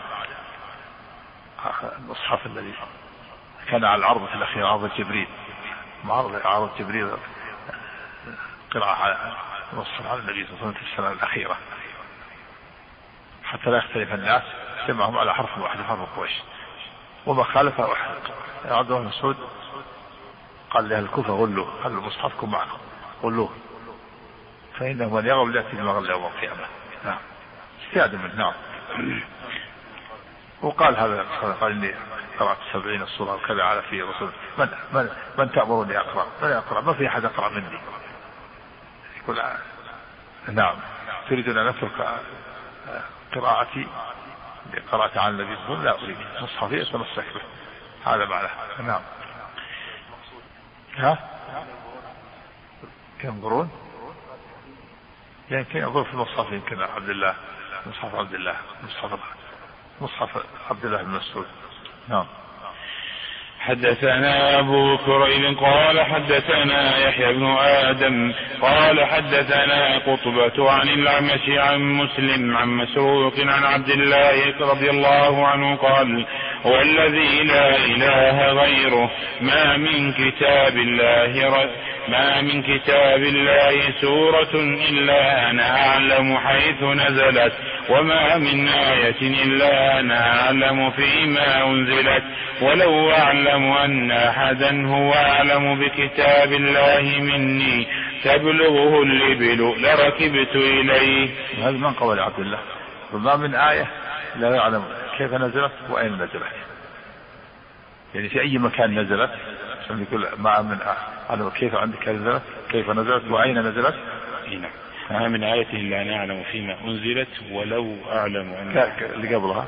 Speaker 2: المصحف الذي كان على العرضة الأخيرة، عرض جبريل، معرض عرض جبريل قراءة على المصحف على النبي صلى الله عليه وسلم في السنة الأخيرة، حتى لا يختلف الناس، جمعهم على حرف واحد، حرف قريش. وما خالفه أحرق. عبد الله بن مسعود قال لأهل الكوفة غلوا، خلوا مصحفكم معكم غلوه، فإنه من يغل يأتي بما غل يوم القيامة. نعم. استعد منه. نعم. وقال هذا قال إني قرأت سبعين الصورة وكذا على في رسول من من من تأمرني أقرأ؟ من يقرأ؟ ما في أحد أقرأ مني. يقول نعم تريد أن أترك قراءتي قرأت عن النبي صلى الله عليه وسلم؟ لا أريد، مصحفي أتمسك به، هذا معناه. نعم. ها ينظرون يمكن ينظر في المصحف، يمكن عبد الله مصحف عبد الله مصحف مصحف عبد الله بن مسعود. نعم.
Speaker 1: حدثنا أبو كريب قال حدثنا يحيى بن آدم قال حدثنا قطبة عن الأعمش عن مسلم عن مسروق عن عبد الله رضي الله عنه قال هو الذي لا إله غيره ما من كتاب الله ما من كتاب الله سورة إلا أنا أعلم حيث نزلت وما من آية إلا أنا أعلم فيما أنزلت ولو أعلم أن أحدا هو أعلم بكتاب الله مني تبلغه الإبل لركبت إليه.
Speaker 2: هذا من قول عبد الله، وما من آية لا يعلم كيف نزلت وأين نزلت، يعني في أي مكان نزلت، يقول ما من أعلم كيف عندك نزلت كيف نزلت وأين نزلت.
Speaker 1: نعم. ما من آية إلا أنا أعلم فيما أنزلت ولو أعلم أن
Speaker 2: اللي قبلها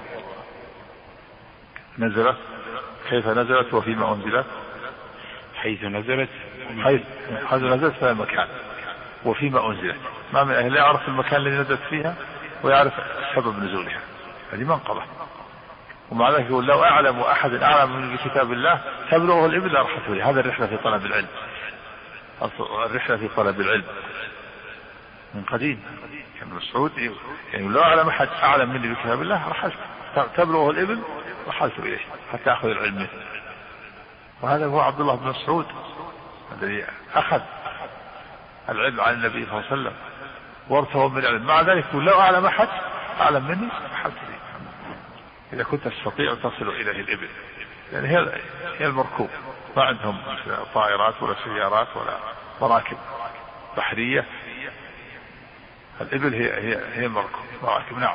Speaker 2: نزلت كيف نزلت وفيما أنزلت
Speaker 1: حيث نزلت
Speaker 2: حيث حيث نزلت في المكان وفيما أنزلت. ما من أهل يعرف المكان الذي نزلت فيها ويعرف سبب نزولها، هذه منقبة. ومع ذلك يقول لو أعلم أحد أعلم من كتاب الله تبلغه الإبل لرحته لي. هذا الرحلة في طلب العلم، الرحلة في طلب العلم من قديم. كان مسعود يعني لو أعلم أحد أعلم مني بكتاب الله رحلت، تبلغه الإبل رحلت إليه حتى أخذ العلم منه. وهذا هو عبد الله بن مسعود الذي أخذ العلم عن النبي صلى الله عليه وسلم وارتوى من العلم. مع ذلك لو أعلم أحد أعلم مني رحلت إليه إذا كنت تستطيع تصل إليه الإبل، يعني هي هي المركوب، ما عندهم طائرات ولا سيارات ولا مراكب بحرية، الإبل هي هي هي المركوب مراكب. نعم.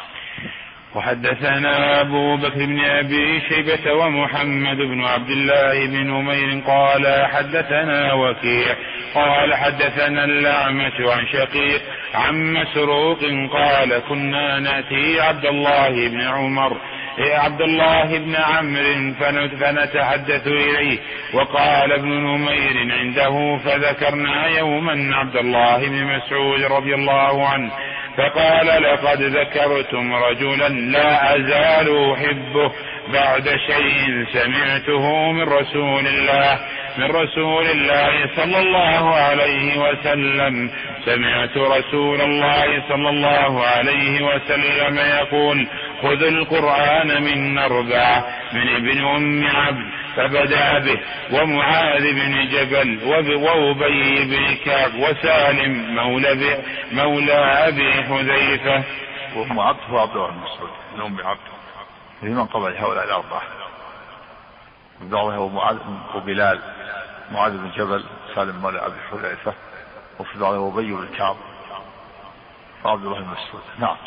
Speaker 1: وحدثنا أبو بكر بن أبي شيبة ومحمد بن عبد الله بن أمير قال حدثنا وكيع قال حدثنا الأعمش عن شقيق عن مسروق قال كنا نأتي عبد الله بن عمر عبد الله بن عمرو فنتحدث إليه وقال ابن نمير عنده فذكرنا يوما عبد الله بن مسعود رضي الله عنه فقال لقد ذكرتم رجلا لا أزال أحبه بعد شيء سمعته من رسول الله من رسول الله صلى الله عليه وسلم. سمعت رسول الله صلى الله عليه وسلم يقول خذ القرآن من أربعة من ابن أم عبد فبدأ به ومعاذ بن جبل وأبي بن كعب وسالم مولى, مولى أبي حذيفة.
Speaker 2: وأم عبد هو عبد الله بن مسعود من أم عبد في من قبل هؤلاء الأربعة من بعضها هو معاذ وبلال معاذ بن جبل سالم مولى أبي حذيفة وفي بعضها هو أبي بن كعب وعبد الله بن مسعود. نعم.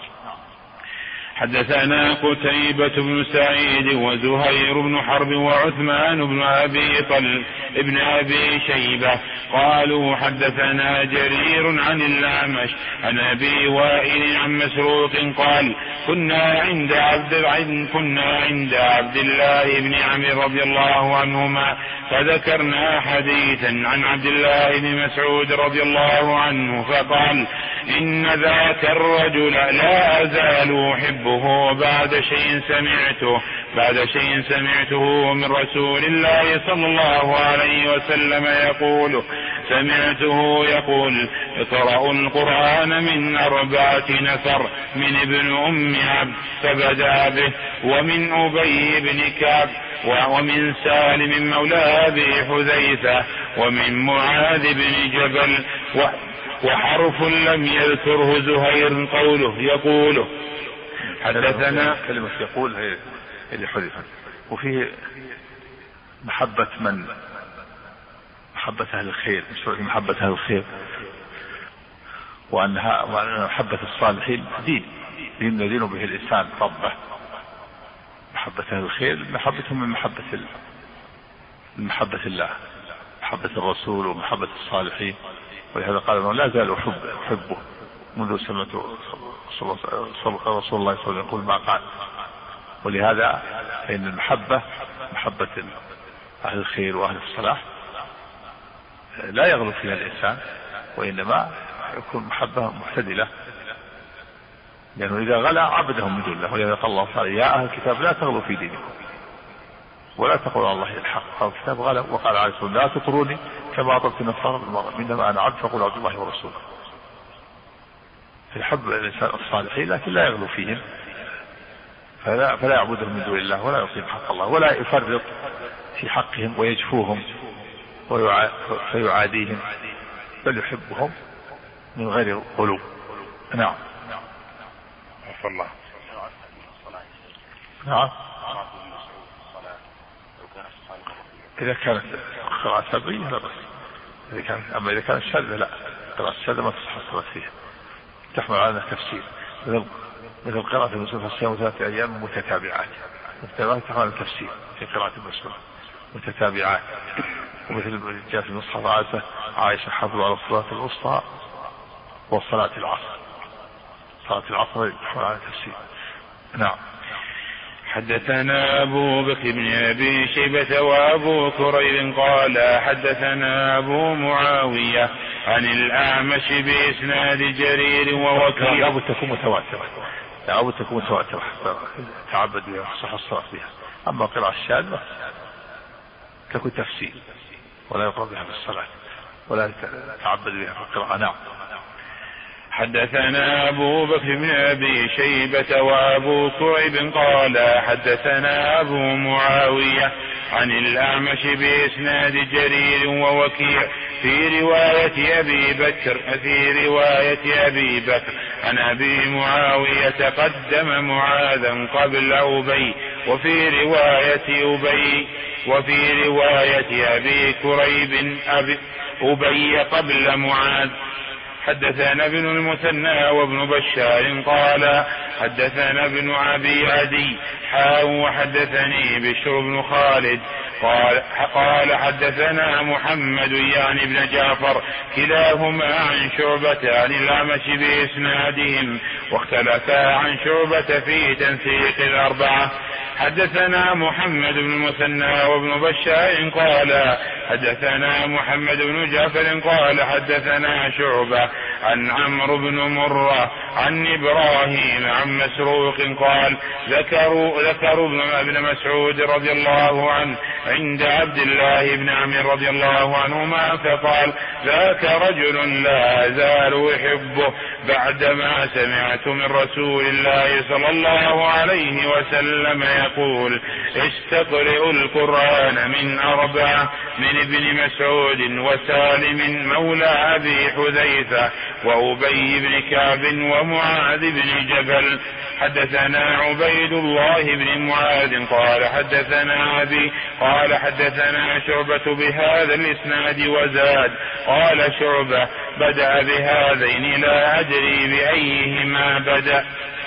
Speaker 1: حدثنا قتيبة بن سعيد وزهير بن حرب وعثمان بن أبي طلق ابن أبي شيبة قالوا حدثنا جرير عن الأعمش عن أبي وائل عن مسروق قال كنا عند عبد العين كنا عند عبد الله بن عمرو رضي الله عنهما فذكرنا حديثا عن عبد الله بن مسعود رضي الله عنه فقال إن ذاك الرجل لا أزال أحبه بعد شيء سمعته بعد شيء سمعته من رسول الله صلى الله عليه وسلم يقول سمعته يقول اقرأوا القرآن من أربعة نفر من ابن أم عبد فبدأ به ومن أبي بن كعب ومن سالم مولى أبي حذيفة ومن معاذ بن جبل وحرف لم يذكره زهير قوله يقوله. حدثنا
Speaker 2: كلمة يقول هي اللي حذفت وفيه محبة من محبة أهل الخير محبة أهل الخير وأنها وأن محبة الصالحين دين دين يدين به الإنسان ربه. محبة أهل الخير محبتهم من محبة من محبة الله محبة الرسول ومحبة الصالحين. ولهذا قال أنه لا زال أحب أحبه منذ سمعت رسول الله صلى الله عليه وسلم يقول ما قال. ولهذا فإن المحبة محبة أهل الخير وأهل الصلاح لا يغلو فيها الإنسان وإنما يكون محبة معتدلة لأنه إذا غلا عبدهم من دون الله. ولهذا قال الله تعالى يا أهل الكتاب لا تغلوا في دينكم ولا تقولوا على الله الحق قال الكتاب غلا وقال عليه الصلاة لا تطروني كما أطرت النصارى بالمرة إنما أنا عبد فقول عبد الله ورسوله. فيحب الإنسان الصالحين لكن لا يغلو فيهم فلا, فلا يعبدهم من دون الله ولا يقيم حق الله ولا يفرط في حقهم ويجفوهم فيعاديهم بل يحبهم من غير غلو. نعم.
Speaker 1: عفوا الله.
Speaker 2: نعم. إذا كانت قراءة سبعية لا بس إذا كان أما إذا كانت شاذة لا قراءة الشاذة ما تصح الصلاة فيها تحمل على تفسير مثل مثل قراءة المسلم في الصيام ثلاثة أيام متتابعات متتابعات تحمل على التفسير في قراءة المسلم متتابعات. ومثل جاء في المصحف عائشة عائشة حافظوا على الصلاة الوسطى وصلاة العصر صلاة العصر تحمل على التفسير. نعم.
Speaker 1: حدثنا أبو بكر بن أبي شيبة وأبو كريب قال حدثنا أبو معاوية عن الأعمش بإسناد جرير ووكيع.
Speaker 2: لابد تكون متواترة لابد تكون متواترة تعبد بها صح الصلاة بها. أما قراءة الشاذة تكون تفسير ولا يقرأ بها في الصلاة ولا تعبد بها في القراءة. نعم.
Speaker 1: حدثنا أبو بكر بن أبي شيبة وأبو كريب قال حدثنا أبو معاوية عن الأعمش بإسناد جرير ووكيع في رواية أبي بكر في رواية أبي بكر عن أبي معاوية قدم معاذا قبل أبي وفي رواية أبي وفي رواية أبي كريب أبي أبي قبل معاذ. حدثنا ابن المثنى وابن بشار قال حدثنا ابن أبي عدي حاو وحدثني بشر بن خالد قال قال حدثنا محمد يعني ابن جعفر كلاهما عن شعبة عن الأعمش بإسنادهم واختلفا عن شعبة في تنسيق الأربعة. حدثنا محمد بن المثنى وابن بشار قال حدثنا محمد بن جعفر قال حدثنا شعبة عن عمرو بن مرة عن إبراهيم عن مسروق قال ذكروا ذكروا ابن مسعود رضي الله عنه عند عبد الله بن عمرو رضي الله عنهما فقال ذاك رجل لا أزال أحبه بعدما سمعت من رسول الله صلى الله عليه وسلم يقول استقرئوا القرآن من أربعة من ابن مسعود وسالم مولى أبي حذيفة وأبي بن كعب ومعاذ بن جبل. حدثنا عبيد الله بن معاذ قال حدثنا أبي قال حدثنا شعبة بهذا الإسناد وزاد قال شعبة بدأ بهذين لا أدري بأيهما بدأ.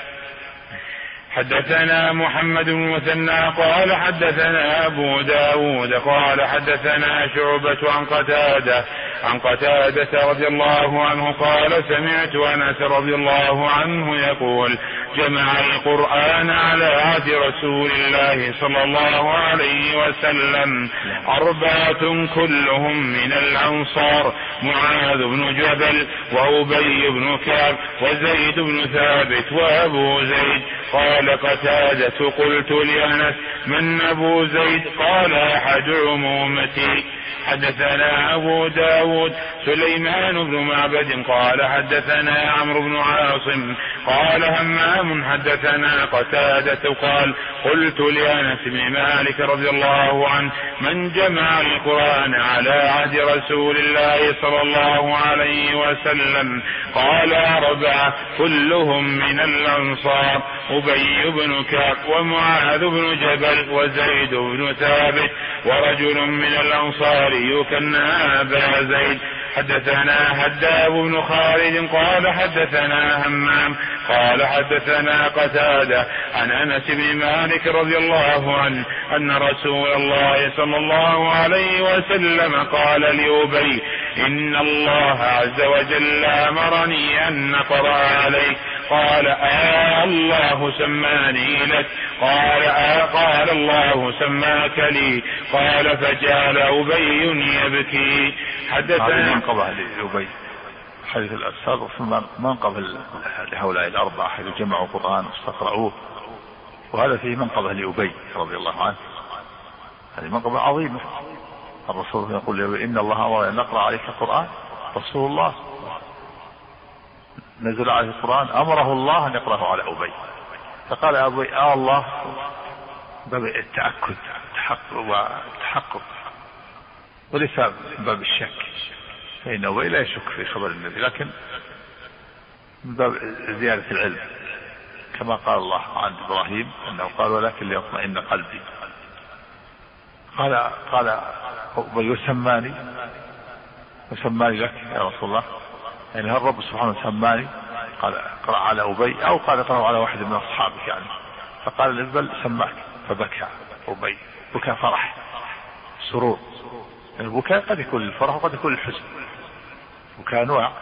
Speaker 1: حدثنا محمد بن مثنى قال حدثنا أبو داود قال حدثنا شعبة عن قتادة عن قتادة رضي الله عنه قال سمعت أنس رضي الله عنه يقول جمع القرآن على عهد رسول الله صلى الله عليه وسلم أربعة كلهم من الأنصار معاذ بن جبل وأبي بن كعب وزيد بن ثابت وأبو زيد. قال قتادة قلت لأنس من أبو زيد قال أحد عمومتي. حدثنا أبو داود سليمان بن معبد قال حدثنا عمرو بن عاصم قال همام حدثنا قتادة قال قلت لأنس بن مالك رضي الله عنه من جمع القرآن على عهد رسول الله صلى الله عليه وسلم قال أربعة كلهم من الأنصار أبي بن كعب ومعاذ بن جبل وزيد بن ثابت ورجل من الأنصار يكنى أبا زيد. حدثنا هداب بن خالد قال حدثنا همام قال حدثنا قتادة عن أنس بن مالك رضي الله عنه أن رسول الله صلى الله عليه وسلم قال لأبي إن الله عز وجل أمرني أن نقرأ عليك قال آه الله سماني لك قال آه قال الله سماك لي قال فجعل أبي يبكي. حدثنا
Speaker 2: منقبة لأبي حديث السابق ثم منقبة لهؤلاء الأربعة حيث جمعوا القرآن واستقرأوه وهذا فيه منقبة لأبي رضي الله عنه. هذه منقبة عظيمة. الرسول يقول له إن الله أمر أن نقرأ عليك القرآن رسول الله نزل عليه القرآن أمره الله أن يقرأه على أبي فقال أبي آه الله باب التأكد وتحقق وليس باب الشك فإن أبي لا يشك في خبر النبي لكن من باب زيادة العلم كما قال الله عن إبراهيم أنه قال ولكن ليطمئن قلبي. قال قال ويسماني وسماني لك يا رسول الله يعني هل الرب سبحانه سماني قال اقرأ على أبي أو قال اقرأ على واحد من أصحابك يعني فقال بل سماك فبكى أبي بكى فرح سرور. البكاء قد يكون الفرح وقد يكون الحزن بكاء أنواع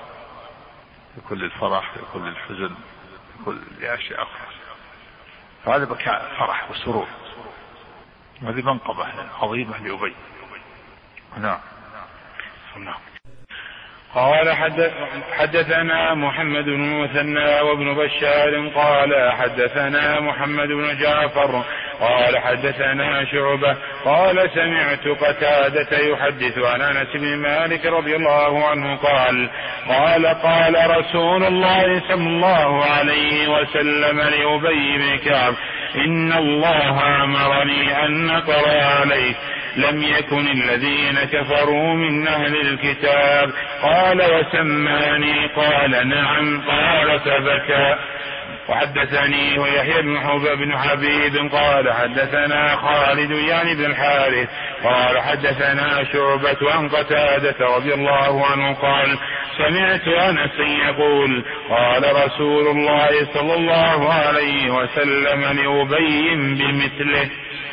Speaker 2: يكون الفرح يكون الحزن يكون لأشياء أخرى فهذا بكاء فرح وسرور. هذه منقبة عظيمة لأبي. نعم.
Speaker 1: نعم. قال حدثنا محمد بن مثنى وابن بشار قال حدثنا محمد بن جعفر قال حدثنا شعبة قال سمعت قتادة يحدث عن أنس بن مالك رضي الله عنه قال قال قال رسول الله صلى الله عليه وسلم لأبي بن كعب إن الله أمرني أن نقرأ عليك لم يكن الذين كفروا من أهل الكتاب قال وسماني قال نعم قال فبكى. وحدثني يحيى بن حباب بن حبيب قال حدثنا خالد يعني بن الحارث قال حدثنا شعبة عن قتادة رضي الله عنه قال سمعت أنس يقول قال رسول الله صلى الله عليه وسلم لأبي بمثله.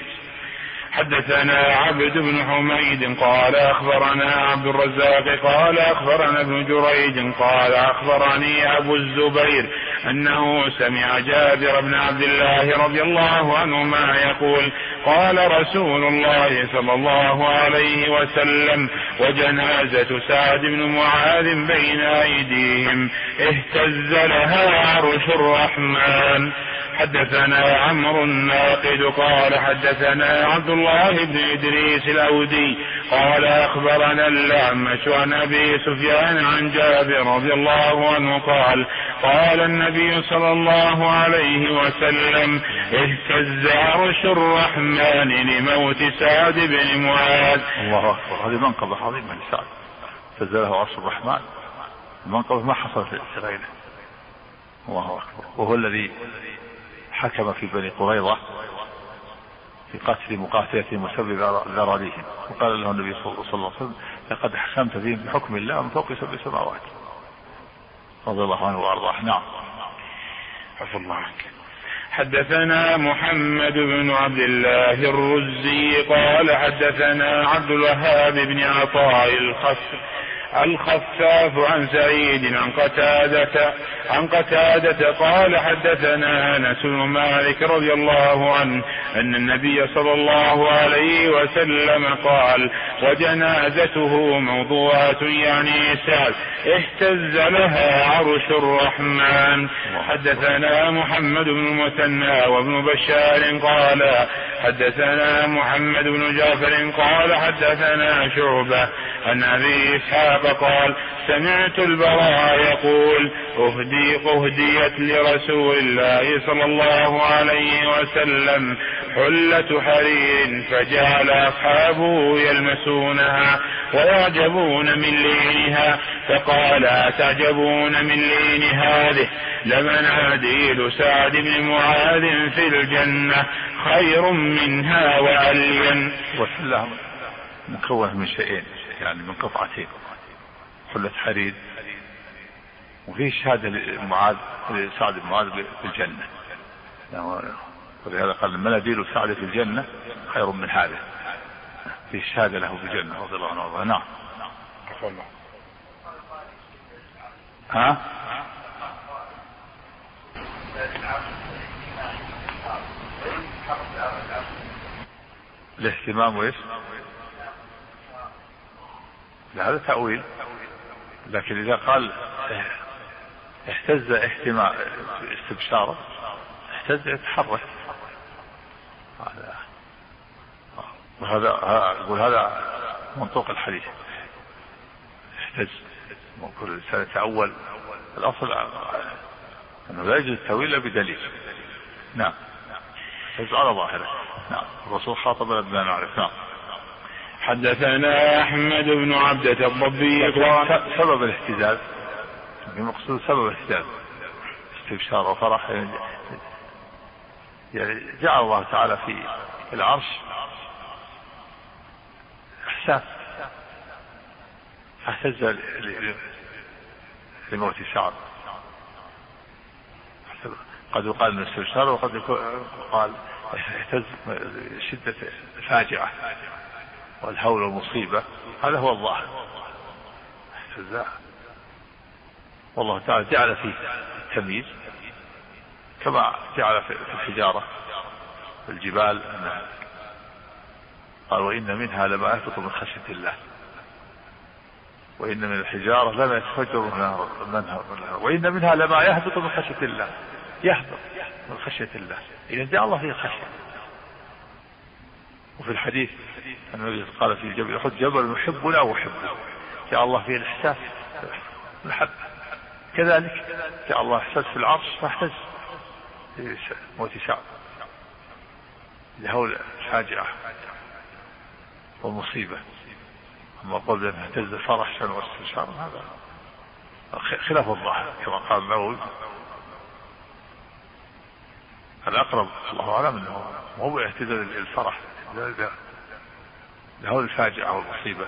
Speaker 1: حدثنا عبد بن حميد قال أخبرنا عبد الرزاق قال أخبرنا ابن جريج قال أخبرني أبو الزبير أنه سمع جابر بن عبد الله رضي الله عنهما يقول قال رسول الله صلى الله عليه وسلم وجنازة سعد بن معاذ بين أيديهم اهتز لها عرش الرحمن. حدثنا عمرو الناقد قال حدثنا عبد الله بن إدريس الأودي قال أخبرنا الأعمش عن أبي سفيان عن جابر رضي الله عنه قال قال النبي صلى الله عليه وسلم اهتز عرش الرحمن لموت سعد بن معاذ.
Speaker 2: الله أكبر. هذه منقبة عظيمة لسعد، اهتز له عرش الرحمن، المنقبة ما حصل في غيره. الله أكبر. وهو الذي حكم في بني قريظة في قتل مقاتلة مسبب ذراريهم، وقال له النبي صلى الله عليه وسلم لقد حكمت بهم بحكم الله من فوق سبع سماوات، رضي الله عنه وارضاه. نعم.
Speaker 1: عفو الله عنك. حدثنا محمد بن عبد الله الرزي قال حدثنا عبد الوهاب بن عطاء الخصر الخفاف عن سعيد عن قتادة عن قتادة قال حدثنا أنس بن مالك رضي الله عنه أن النبي صلى الله عليه وسلم قال وجنازته موضوعة يعني سعد اهتز لها عرش الرحمن. حدثنا محمد بن المثنى وابن بشار قال حدثنا محمد بن جعفر قال حدثنا شعبة عن أبي إسحاق قال سمعت البراء يقول أهدي أهديت لرسول الله صلى الله عليه وسلم حلة حرير فجعل أصحابه يلمسونها ويعجبون من لينها فقال أتعجبون من لين هذه لمناديل سعد بن معاذ في الجنة خير منها وألين.
Speaker 2: وحلة مكونة من شيئين، يعني من قطعتين، حلة حرير وفيه شهادة لمعاذ لسعد بن معاذ في الجنة، ولهذا قال مناديل سعد في الجنة خير من هذا، فيه شهادة له في الجنة رضي الله عنه. نعم. ها الاهتمام وإيش؟ هذا تأويل، لكن إذا قال اهتز اهتمام استبشاره اهتز يتحرك، وهذا أقول هذا منطوق الحديث اهتز. كل الإنسان يتأول، الأصل أنه لا يجوز التأويل بدليل. نعم. اهتز على ظاهره. نعم. الرسول خاطبنا بما نعرف. نعم.
Speaker 1: حدثنا أحمد بن عبدة الضبي
Speaker 2: سبب الاهتزاز المقصود سبب الاهتزاز استبشار وفرح، يعني جعل الله تعالى في العرش احساس، اهتز لموت سعد. قد يقال من استبشار وقد يقال اهتز شدة فاجعة والهول والمصيبة، هذا هو الظاهر. والله تعالى جعل فيه التمييز كما جعل في الحجارة في الجبال، قال وإن منها لما يهبط من خشية الله وإن من الحجارة لما يتفجر منها وإن منها لما يهبط من خشية الله، يهبط من خشية الله، إذا جعل الله فيه خشية. وفي الحديث النبي قال في جبل أحد جبل يحبنا وحبه، جعل الله فيه الإحساس المحبة. كذلك جعل الله إحساس في العرش فاحتز في موت سعد لهول الفاجعة والمصيبة. أما قبل أن اهتز فرحا واستبشارا هذا خلاف الظاهر كما قال النووي. الأقرب الله أعلم أنه هو اهتزاز الفرح لهول الفاجعة والمصيبة.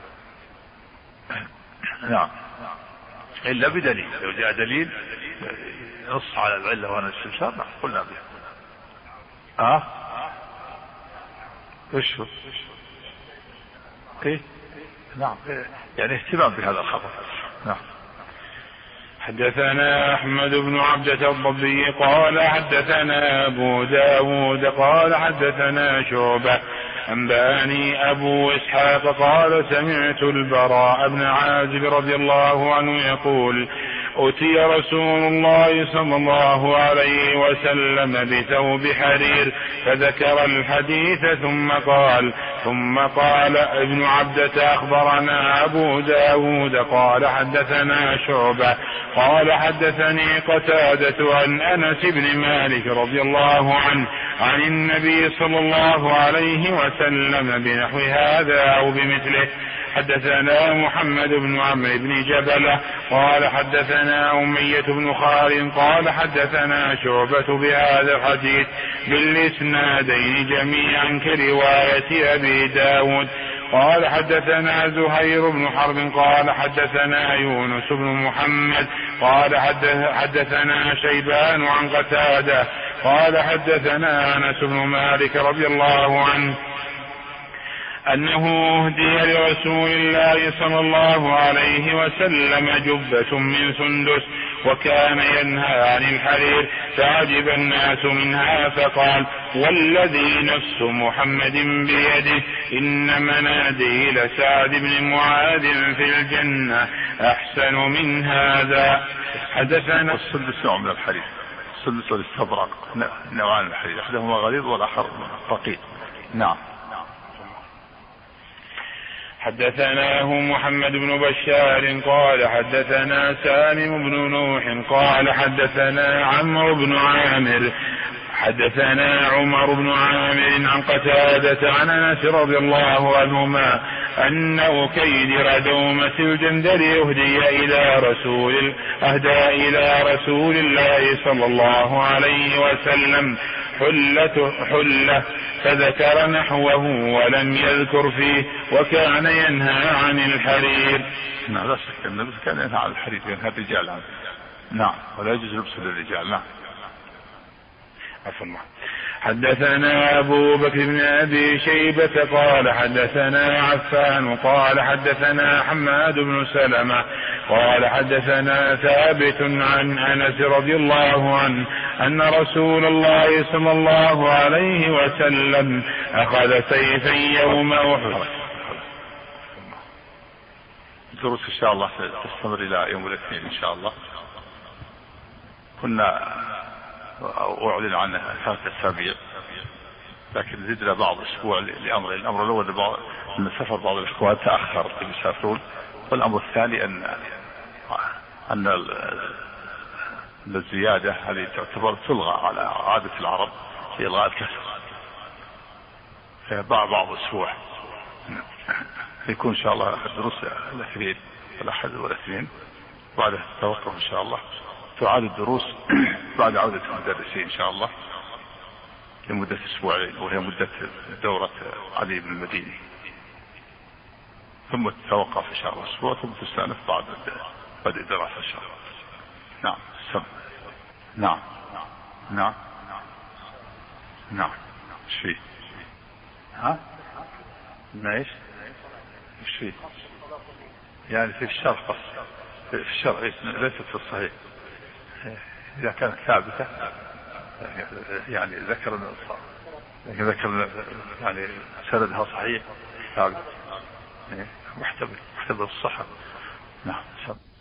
Speaker 2: نعم. إلا بدليل، لو جاء دليل نص على العلة وأنا الاستبشار نعم قلنا به. اه ايش ايه نعم، يعني اهتمام بهذا الخبر. نعم.
Speaker 1: حدثنا أحمد بن عبدة الضبي قال حدثنا أبو داود قال حدثنا شعبة أنبأني أبو إسحاق قال سمعت البراء بن عازب رضي الله عنه يقول أتي رسول الله صلى الله عليه وسلم بثوب حرير فذكر الحديث ثم قال ثم قال ابن عبدة أخبرنا أبو داود قال حدثنا شعبة قال حدثني قتادة عن أنس بن مالك رضي الله عنه عن النبي صلى الله عليه وسلم بنحو هذا أو بمثله. حدثنا محمد بن عمرو بن جبلة قال حدثنا أمية بن خالد قال حدثنا شعبة بهذا الحديث بالإسنادين جميعا كرواية أبي داود. قال حدثنا زهير بن حرب قال حدثنا يونس بن محمد قال حدثنا شيبان عن قتادة قال حدثنا أنس بن مالك رضي الله عنه أنه أهدي لرسول الله صلى الله عليه وسلم جبة من سندس وكان ينهى عن الحرير فعجب الناس منها فقال والذي نفس محمد بيده إن مناديل سعد بن معاذ في الجنة أحسن من هذا. حدثنا
Speaker 2: السندس نوع من الحرير، السندس والاستبرق نوعان من الحرير، أحدهما غليظ والآخر رقيق. نعم.
Speaker 1: حدثناه محمد بن بشار قال حدثنا سالم بن نوح قال حدثنا عمرو بن عامر حدثنا عمر بن عامر عن قتادة عن أنس رضي الله عنهما أن أكيدر دومة الجندل أهدي إلى رسول أهدى إلى رسول الله صلى الله عليه وسلم حلة حلة فذكر نحوه ولم يذكر فيه وكان ينهى عن الحرير.
Speaker 2: نعم لا شك أن كان ينهى عن الحرير ينهى الرجال عنه. نعم ولا يجوز لبسه للرجال. نعم.
Speaker 1: عفوا. حدثنا أبو بكر بن أبي شيبة قال حدثنا عفان قال حدثنا حماد بن سلمة قال حدثنا ثابت عن أنس رضي الله عنه أن رسول الله صلى الله عليه وسلم أخذ سيفا يوم أحد.
Speaker 2: الدروس إن شاء الله تستمر إلى يوم الاثنين إن شاء الله. كنا أعلن عنه ثلاثة أسابيع لكن زدنا بعض أسبوع لأمر الأمر الأول أن سفر بعض الإخوان تأخر يسافرون، والأمر الثاني أن أن الزيادة هذه تعتبر تلغى على عادة العرب في إلغاء الكسر فيباع بعض أسبوع يكون إن شاء الله دروس الاثنين الأحد والاثنين بعد التوقف إن شاء الله تعاد الدروس بعد عودة المدرسين إن شاء الله لمدة أسبوعين وهي مدة دورة علي بن المديني، ثم تتوقف إن شاء الله أسبوع ثم تستأنف بعد بدء الدراسة إن شاء الله. نعم سم. نعم نعم نعم ايش فيه؟ ها؟ ايش؟ ايش فيه؟ يعني في الشرح بس في الشرح ليست في الصحيح. إذا كانت ثابتة يعني ذكر ذكر يعني سندها صحيح ثابت محتمل محتمل الصحة. نعم.